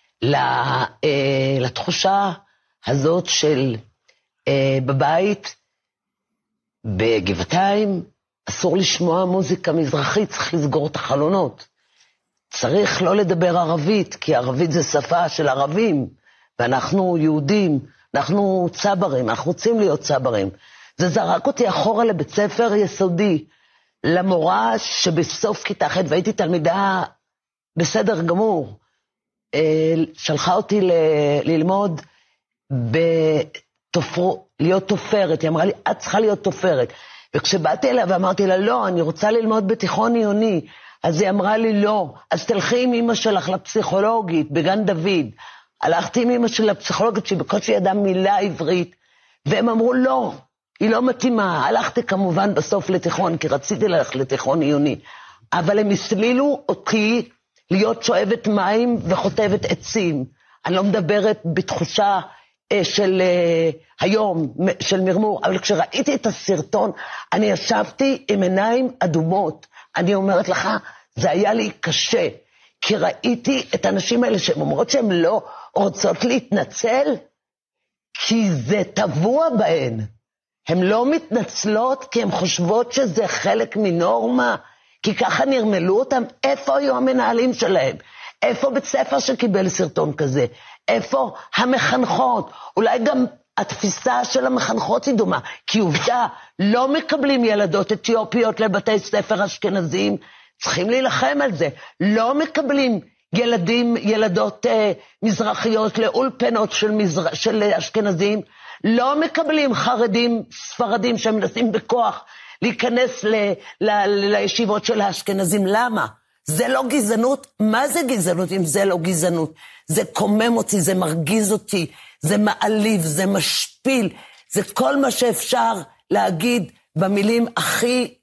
Speaker 5: לתחושה הזאת של בבית, בגבעתיים, אסור לשמוע מוזיקה מזרחית, צריך לסגור את החלונות. צריך לא לדבר ערבית, כי ערבית זה שפה של ערבים, ואנחנו יהודים, אנחנו צברים, אנחנו רוצים להיות צברים. זה זרק אותי אחורה לבית ספר יסודי, למורה שבסוף כיתה ח' והייתי תלמידה בסדר גמור, שלחה אותי ללמוד להיות תופרת, היא אמרה לי, את צריכה להיות תופרת, וכשבאתי אליה ואמרתי לה, לא, אני רוצה ללמוד בתיכון עיוני, אז היא אמרה לי, לא, אז תלכי עם אמא שלך לפסיכולוגית, בגן דוד, הלכתי עם אמא של הפסיכולוגית, שבקושי ידעה מילה עברית, והם אמרו, לא, היא לא מתאימה, הלכתי כמובן בסוף לתיכון, כי רציתי ללכת לתיכון עיוני, אבל הם הסלילו אותי להיות שואבת מים וחוטבת עצים. אני לא מדברת בתחושה של היום, של מרמור, אבל כשראיתי את הסרטון, אני ישבתי עם עיניים אדומות. אני אומרת לך, זה היה לי קשה, כי ראיתי את האנשים האלה שהן אומרות שהן לא רוצות להתנצל, כי זה טבוע בהן. הן לא מתנצלות כי הן חושבות שזה חלק מנורמה, כי ככה נרמלו אותם. איפה היו המנהלים שלהם? איפה בית ספר שקיבל סרטון כזה? איפה המחנכות? אולי גם התפיסה של המחנכות היא דומה, כי עובדה, לא מקבלים ילדות אתיופיות לבתי ספר אשכנזיים, צריכים להילחם על זה. לא מקבלים ילדות מזרחיות לאולפנות של אשכנזים, לא מקבלים חרדים ספרדים שהם מנסים בכוח להיכנס לישיבות של האשכנזים. למה? זה לא גזענות? מה זה גזענות אם זה לא גזענות? זה קומם אותי, זה מרגיז אותי, זה מעליב, זה משפיל, זה כל מה שאפשר להגיד במילים הכי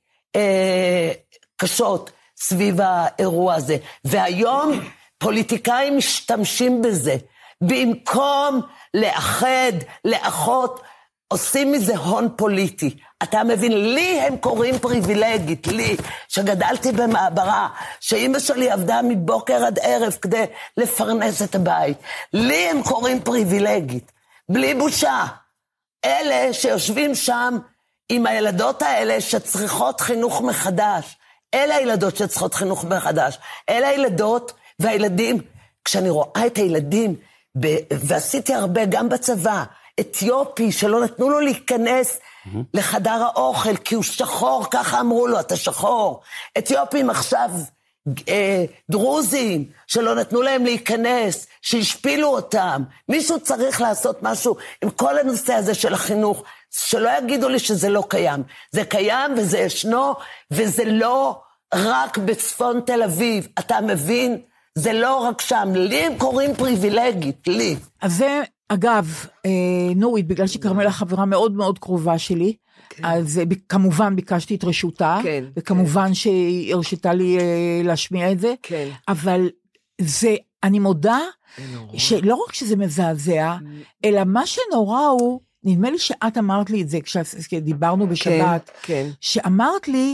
Speaker 5: קשות סביב האירוע הזה. והיום פוליטיקאים משתמשים בזה, במקום לאחד, לאחות, עושים מזה הון פוליטי. אתה מבין, לי הם קוראים פריבילגית, לי, שגדלתי במעברה, שאמא שלי עבדה מבוקר עד ערב כדי לפרנס את הבית. לי הם קוראים פריבילגית, בלי בושה. אלה שיושבים שם עם הילדות האלה שצריכות חינוך מחדש. אלה הילדות שצריכות חינוך מחדש. אלה הילדות והילדים, כשאני רואה את הילדים, ועשיתי הרבה גם בצבא, אתיופי, שלא נתנו לו להיכנס לחדר האוכל, כי הוא שחור, ככה אמרו לו, אתה שחור. אתיופים עכשיו, דרוזים, שלא נתנו להם להיכנס, שהשפילו אותם. מישהו צריך לעשות משהו עם כל הנושא הזה של החינוך, שלא יגידו לי שזה לא קיים. זה קיים וזה ישנו, וזה לא רק בצפון תל אביב. אתה מבין? זה לא רק שם. לי הם קוראים פריבילגית, לי.
Speaker 2: אז זה, אגב, נורית, בגלל שכרמלה חברה מאוד מאוד קרובה שלי, אז כמובן ביקשתי את רשותה, וכמובן שהיא הרשתה לי להשמיע את זה, אבל זה, אני מודה, שלא רק שזה מזעזע, אלא מה שנורא הוא, נדמה לי שאת אמרת לי את זה, כשדיברנו בשבת, שאמרת לי,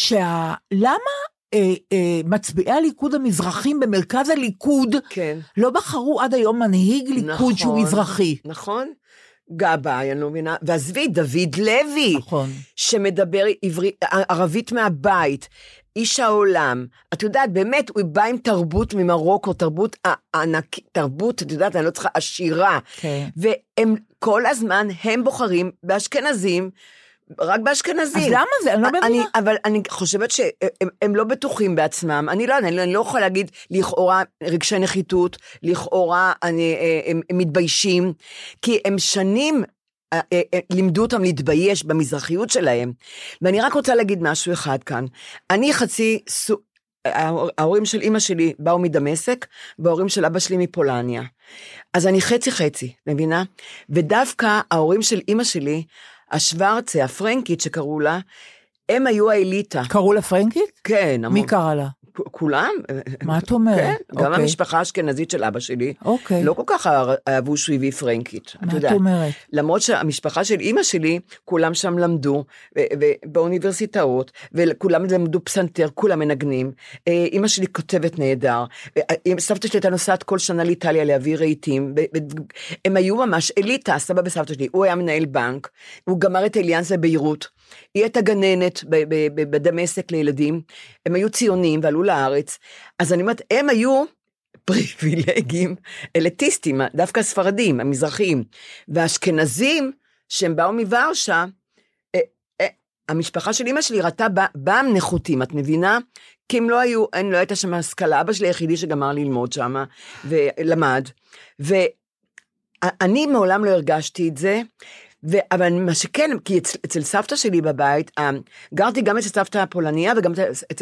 Speaker 2: למה מצביעי הליכוד המזרחים במרכז הליכוד, לא בחרו עד היום מנהיג ליכוד שהוא מזרחי.
Speaker 3: נכון. גבה, אני לא מבינה, ועזבי, דוד לוי, שמדבר ערבית מהבית, איש העולם, את יודעת, באמת, הוא בא עם תרבות ממרוקו, תרבות ענקית, תרבות, את יודעת, אני לא צריכה עשירה, והם כל הזמן, הם בוחרים באשכנזים, רק באשכנזים.
Speaker 2: אז למה זה? אני לא מבינה.
Speaker 3: אבל אני חושבת שהם לא בטוחים בעצמם. אני לא יכולה להגיד, לכאורה רגשי נחיתות, לכאורה הם מתביישים, כי הם שנים לימדו אותם להתבייש במזרחיות שלהם. ואני רק רוצה להגיד משהו אחד כאן. אני ההורים של אמא שלי באו מדמשק, וההורים של אבא שלי מפולניה. אז אני חצי, מבינה? ודווקא ההורים של אמא שלי, השוורצה, הפרנקית שקראו לה, הם היו האליטה.
Speaker 2: קראו לה פרנקית?
Speaker 3: כן.
Speaker 2: מי קרא לה?
Speaker 3: כולם.
Speaker 2: מה את אומרת?
Speaker 3: כן, גם המשפחה האשכנזית של אבא שלי, לא כל כך אהבו שהוא הביא פרנקית.
Speaker 2: מה את אומרת?
Speaker 3: למרות שהמשפחה של אמא שלי, כולם שם למדו, באוניברסיטאות, וכולם למדו פסנתר, כולם מנגנים. אמא שלי כותבת נהדר. סבתא שלי הייתה נוסעת כל שנה לאיטליה להביא רהיטים, הם היו ממש אליטה, סבא וסבתא שלי. הוא היה מנהל בנק, הוא גמר את אליאנס בביירות, היא הייתה גננת בדמשק לילדים, הם היו ציונים ועלו לארץ, אז אני אומרת, הם היו פריבילגים, אליטיסטים, דווקא הספרדים, המזרחים, והאשכנזים, שהם באו מוורשה, המשפחה של אמא שלי ראתה בהם נחותים, את מבינה? כי הם לא היו, לא הייתה שם השכלה, אבא שלי היחידי שגמר ללמוד שם, ולמד, ואני מעולם לא הרגשתי את זה, אבל מה שכן, כי אצל סבתא שלי בבית, גרתי גם אצל סבתא הפולניה, וגם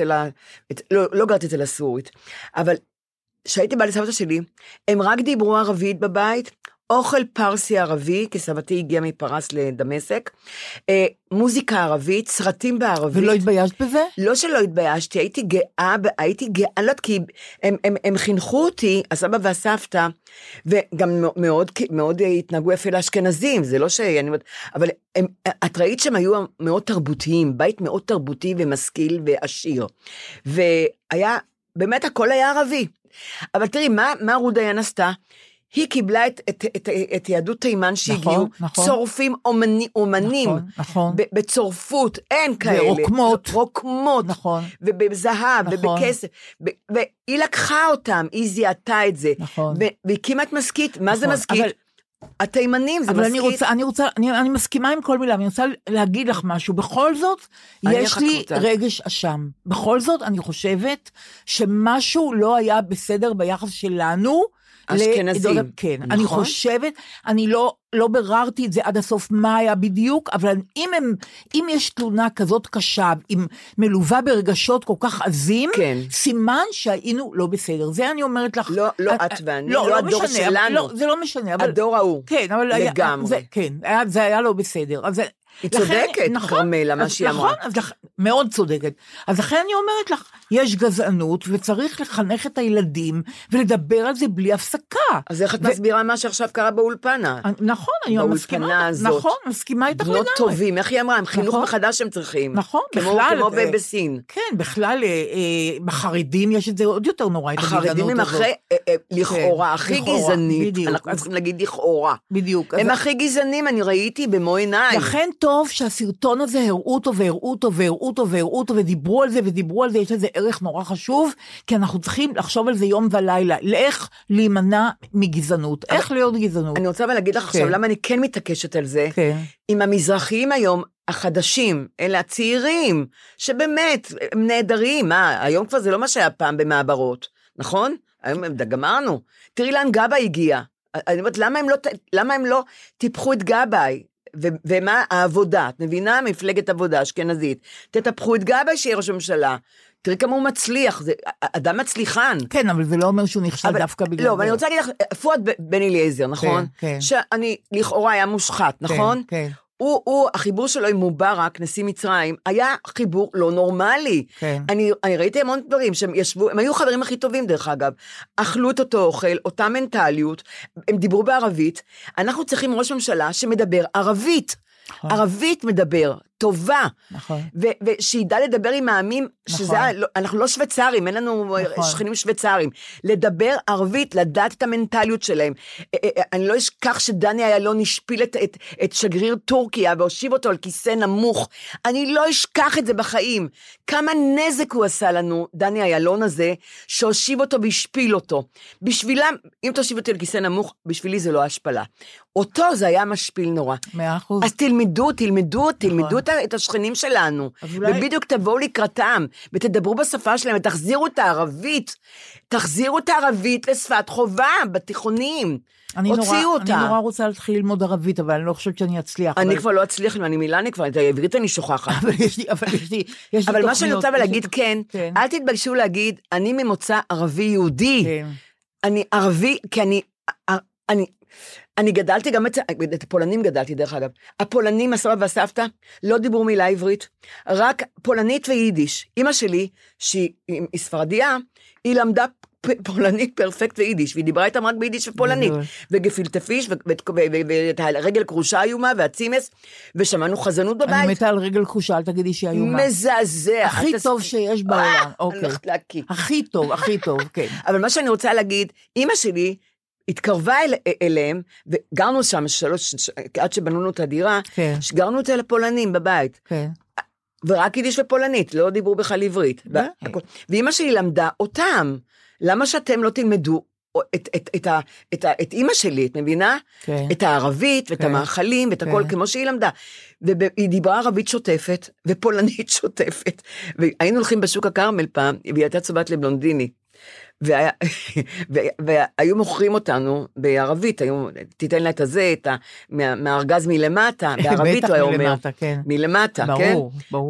Speaker 3: לא גרתי אצל הסורית, אבל כשהייתי באה לסבתא שלי, הם רק דיברו ערבית בבית, אוכל פרסי ערבי, כי סבתי הגיעה מפרס לדמשק, מוזיקה ערבית, סרטים בערבית.
Speaker 2: ולא התביישת בזה?
Speaker 3: לא שלא התביישתי, הייתי גאה, אני לא יודעת, כי הם חינכו אותי, הסבא והסבתא, וגם מאוד התנהגו יפה לאשכנזים, זה לא שאני אומרת, אבל את ראית שהם היו מאוד תרבותיים, בית מאוד תרבותי ומשכיל ועשיר, והיה, באמת הכל היה ערבי. אבל תראי, מה רות דיין עשתה? היא קיבלה את יהדות תימן שהגיעו, צורפים אומנים, בצורפות, אין כאלה.
Speaker 2: ורוקמות.
Speaker 3: ובזהב, ובכסף. והיא לקחה אותם, היא זיהתה את זה. והיא כמעט מסכית. מה זה מסכית? התימנים זה מסכית.
Speaker 2: אני מסכימה עם כל מילה, אני רוצה להגיד לך משהו. בכל זאת, יש לי רגש אשם. בכל זאת, אני חושבת שמשהו לא היה בסדר ביחס שלנו,
Speaker 3: אשכנזים.
Speaker 2: כן, אני חושבת, אני לא בררתי את זה עד הסוף מה היה בדיוק, אבל אם יש תלונה כזאת קשה, אם מלווה ברגשות כל כך עזים, סימן שהיינו לא בסדר. זה אני אומרת לך.
Speaker 3: לא את ואני, לא הדור שלנו.
Speaker 2: זה לא משנה.
Speaker 3: הדור ההוא.
Speaker 2: כן, אבל
Speaker 3: לגמרי.
Speaker 2: כן, זה היה לא בסדר.
Speaker 3: היא צודקת, כרמלה, מה שהיא אמרה.
Speaker 2: מאוד צודקת. אז לכן אני אומרת לך, יש גזענות, וצריך לחנך את הילדים, ולדבר על זה בלי הפסקה.
Speaker 3: אז איך את מסבירה מה שעכשיו קרה באולפנה?
Speaker 2: נכון, אני מסכימה. נכון, מסכימה איתך לגמרי.
Speaker 3: בנות טובים, איך היא אמרה? הם חינוך מחדש שהם צריכים.
Speaker 2: נכון,
Speaker 3: בכלל. כמו בסין.
Speaker 2: כן, בכלל, בחרדים יש את זה עוד יותר נורא, את הגזענות הזאת.
Speaker 3: החרדים הם לכאורה, הכי גזענית. אנחנו צריכים להגיד לכאורה.
Speaker 2: בדיוק.
Speaker 3: הם הכי גזענים, אני ראיתי במו עיניי.
Speaker 2: לכן טוב שהסרטון הזה הראו אותו, ודיברו על זה, יש לזה ערך נורא חשוב, כי אנחנו צריכים לחשוב על זה יום ולילה, לאיך להימנע מגזענות, איך להיות גזענות.
Speaker 3: אני רוצה להגיד לך עכשיו, למה אני כן מתעקשת על זה, עם המזרחיים היום, החדשים, אלה הצעירים, שבאמת, הם נהדרים, היום כבר זה לא מה שהיה פעם במעברות, נכון? היום גמרנו, תראי לאן גבאי הגיע, אני אומרת, למה הם לא טיפחו את גבאי, ומה העבודה, את מבינה? מפלגת עבודה אשכנזית, תטפחו את גבאי שיהיה ראש הממשלה, תראי כמה הוא מצליח, זה אדם מצליחן.
Speaker 2: כן, אבל זה לא אומר שהוא נכשל דווקא בגלל זה.
Speaker 3: לא, אבל אני רוצה להגיד לך, פואד בן אליעזר, נכון? שאני לכאורה היה מושחת, נכון? כן. החיבור שלו עם מובארק, נשיא מצרים, היה חיבור לא נורמלי. אני ראיתי המון דברים שהם ישבו, הם היו חברים הכי טובים דרך אגב, אכלו את אותו אוכל, אותה מנטליות, הם דיברו בערבית, אנחנו צריכים ראש ממשלה שמדבר ערבית, ערבית מדבר, טובה, ושידע לדבר עם העמים, אנחנו לא שוויצרים, אין לנו שכנים שוויצרים, לדבר ערבית, לדעת את המנטליות שלהם, אני לא אשכח שדני איילון השפיל את שגריר טורקיה, והושיב אותו על כיסא נמוך, אני לא אשכח את זה בחיים, כמה נזק הוא עשה לנו, דני איילון הזה, שהושיב אותו והשפיל אותו, בשבילם, אם תושיב אותי על כיסא נמוך, בשבילי זה לא השפלה, אותו זה היה משפיל נורא,
Speaker 2: 100%.
Speaker 3: אז תלמדו את השכנים שלנו, ובדיוק תבואו לקראתם, ותדברו בשפה שלהם, ותחזירו את הערבית לשפת חובה, בתיכונים, הוציאו אותה.
Speaker 2: אני נורא רוצה להתחיל ללמוד ערבית, אבל אני לא חושבת שאני אצליח.
Speaker 3: אני כבר לא אצליח, אני מילני כבר, את העברית אני שוכחת.
Speaker 2: אבל יש לי
Speaker 3: אבל מה שאני רוצה להגיד כן, אל תתבקשו להגיד, אני ממוצא ערבי יהודי, אני ערבי, כי אני גדלתי גם את הפולנים גדלתי דרך אגב, הפולנים, הסבא והסבתא, לא דיברו מילה עברית, רק פולנית ויידיש, אמא שלי, שהיא ספרדיה, היא למדה פולנית פרפקט ויידיש, והיא דיברה איתם רק ביידיש ופולנית, וגפילטע פיש, ואת הרגל קרושה איומה, והצימס, ושמענו חזנות בבית.
Speaker 2: אני מתה על רגל קרושה, אל תגידי שהיא איומה.
Speaker 3: מזעזע.
Speaker 2: הכי טוב שיש בעולם.
Speaker 3: אני הולכת להקיא.
Speaker 2: הכי טוב, כן.
Speaker 3: אבל מה שאני רוצה להגיד, אמא שלי, התקרבה אליהם, וגרנו שם עד שבנו לנו את הדירה, שגרנו את זה לפולנים בבית. ורק יידיש ופולנית, לא דיברו בכלל עברית. ואמא שלי למדה אותם. למה שאתם לא תלמדו את אמא שלי, את מבינה? את הערבית ואת המאכלים ואת הכל כמו שהיא למדה. והיא דיברה ערבית שוטפת ופולנית שוטפת. והיינו הולכים בשוק הכרמל פעם, והיא הייתה צובת לבלונדיני. והיו מוכרים אותנו בערבית, תיתן לה את הזה, מהארגז מלמטה, בערבית הוא היה אומר, מלמטה, כן?
Speaker 2: ברור.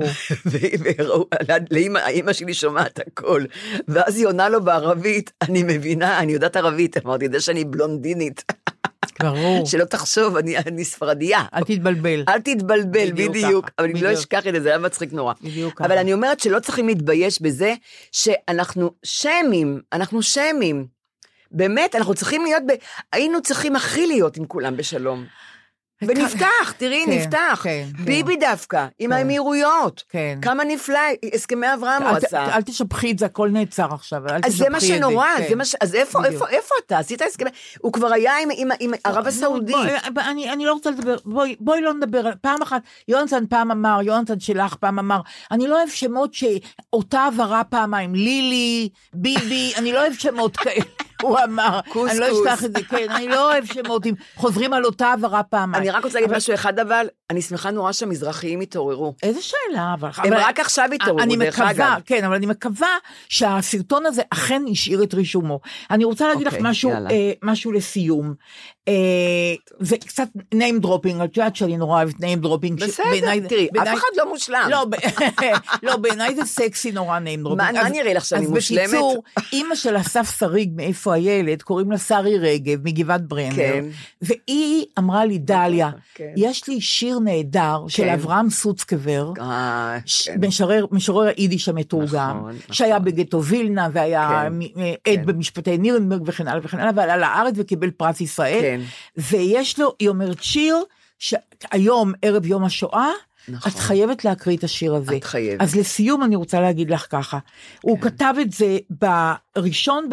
Speaker 3: לאמא שלי שומעת הכל, ואז היא עונה לו בערבית, אני מבינה, אני יודעת ערבית, אמרתי, זה שאני בלונדינית, שלא תחשוב, אני ספרדיה.
Speaker 2: אל תתבלבל,
Speaker 3: בדיוק. אבל אני לא אשכח את זה, זה היה מצחיק נורא. אבל אני אומרת שלא צריכים להתבייש בזה, שאנחנו שמים. באמת, אנחנו צריכים להיות, היינו צריכים הכי להיות עם כולם בשלום. ונפתח, תראי, נפתח. ביבי דווקא, עם האמירויות. כמה נפלא, הסכמי אברהם הוא עשה.
Speaker 2: אל תשפחי את זה, הכל נעצר עכשיו.
Speaker 3: אז זה מה שנורא, אז איפה אתה? עשית הסכמי, הוא כבר היה עם ערב הסעודית.
Speaker 2: אני לא רוצה לדבר, בואי לא נדבר, פעם אחת, יונתן שלך פעם אמר, אני לא אוהב שמות שאותה עברה פעמיים, לילי, ביבי, אני לא אוהב שמות כאלה. הוא אמר, אני לא אשכח את זה, כן, אני לא אוהב שמות, חוזרים על אותה עברה פעמיים.
Speaker 3: אני רק רוצה להגיד משהו אחד, אבל אני שמחה נורא שהמזרחיים התעוררו.
Speaker 2: איזה שאלה, אבל...
Speaker 3: הם רק עכשיו התעוררו, דרך אגב.
Speaker 2: כן, אבל אני מקווה שהסרטון הזה אכן השאיר את רישומו. אני רוצה להגיד לך משהו לסיום. זה קצת name dropping, את יודעת שאני נורא אוהבת name dropping.
Speaker 3: בסדר, תראי, אף אחד לא מושלם.
Speaker 2: לא, בעיניי זה סקסי נורא name dropping.
Speaker 3: מה נראה לך שאני מושלמת?
Speaker 2: אז בקיצור, אמא של אסף שריג, מאיפה הילד, קוראים לה שרי רגב, מגבעת ברנר, והיא אמרה לי, דליה, יש לי שיר נהדר של אברהם סוצקבר, משורר היידיש המתורגם, שהיה בגטו וילנה, והיה עד במשפטי נירנברג וכן הלאה וכן הלאה, ועלה לארץ וקיבל פרס ישראל, ויש לו, היא אומרת שיר, שהיום ערב יום השואה, את חייבת להקריא את השיר הזה.
Speaker 3: את חייבת.
Speaker 2: אז לסיום אני רוצה להגיד לך ככה, הוא כתב את זה בראשון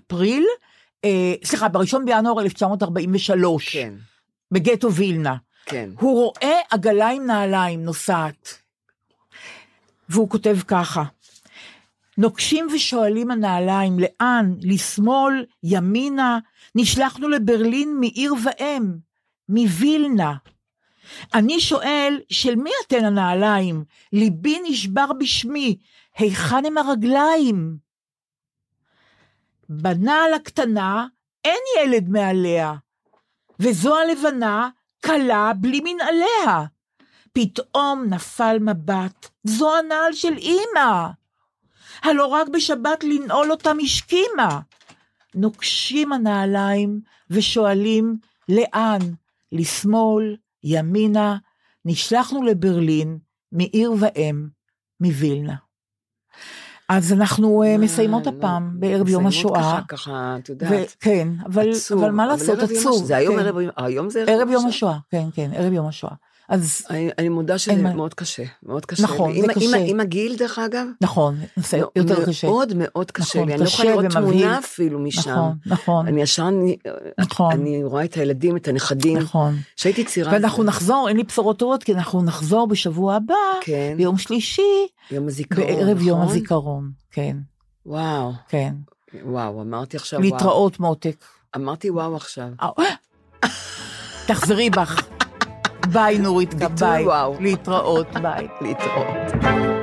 Speaker 2: באפריל, בראשון בינואר 1943, בגטו וילנה.
Speaker 3: כן.
Speaker 2: הוא רואה עגלה עם נעליים נוסעת, והוא כותב ככה, נוקשים ושואלים הנעליים, לאן? לשמאל, ימינה, נשלחנו לברלין מעיר ואם, מווילנה. אני שואל, של מי אתן הנעליים? ליבי נשבר בשמי, היכן הם הרגליים? בנעל הקטנה, אין ילד מעליה, וזו הלבנה, קלה בלי מנעליה. פתאום נפל מבט, זו הנעל של אמא. הלא רק בשבת לנעול אותם השכימה. נוקשים הנעליים ושואלים, לאן? לשמאל, ימינה, נשלחנו לברלין, מעיר ואם, מווילנה. אז אנחנו מסיימות הפעם, בערב יום השואה.
Speaker 3: מסיימות ככה, את יודעת.
Speaker 2: כן, אבל מה לעשות, עצוב.
Speaker 3: זה היום זה
Speaker 2: ערב יום השואה. כן, כן, ערב יום השואה. אז
Speaker 3: אני מודה שזה מאוד קשה, מאוד קשה.
Speaker 2: נכון, זה קשה.
Speaker 3: עם הגיל דרך אגב?
Speaker 2: נכון, יותר קשה.
Speaker 3: מאוד מאוד קשה, אני לא יכולה לראות תמונה אפילו משם.
Speaker 2: נכון.
Speaker 3: אני ישר, אני רואה את הילדים, את הנכדים.
Speaker 2: נכון.
Speaker 3: שהייתי צירה.
Speaker 2: ואנחנו נחזור, אין לי בשורות טובות, כי אנחנו נחזור בשבוע הבא, ביום שלישי, בערב יום הזיכרון. כן.
Speaker 3: וואו.
Speaker 2: כן.
Speaker 3: וואו, אמרתי עכשיו וואו.
Speaker 2: להתראות מותק.
Speaker 3: אמרתי וואו עכשיו.
Speaker 2: תחזרי בך. ביי נורית, ביי. להתראות, ביי.
Speaker 3: להתראות.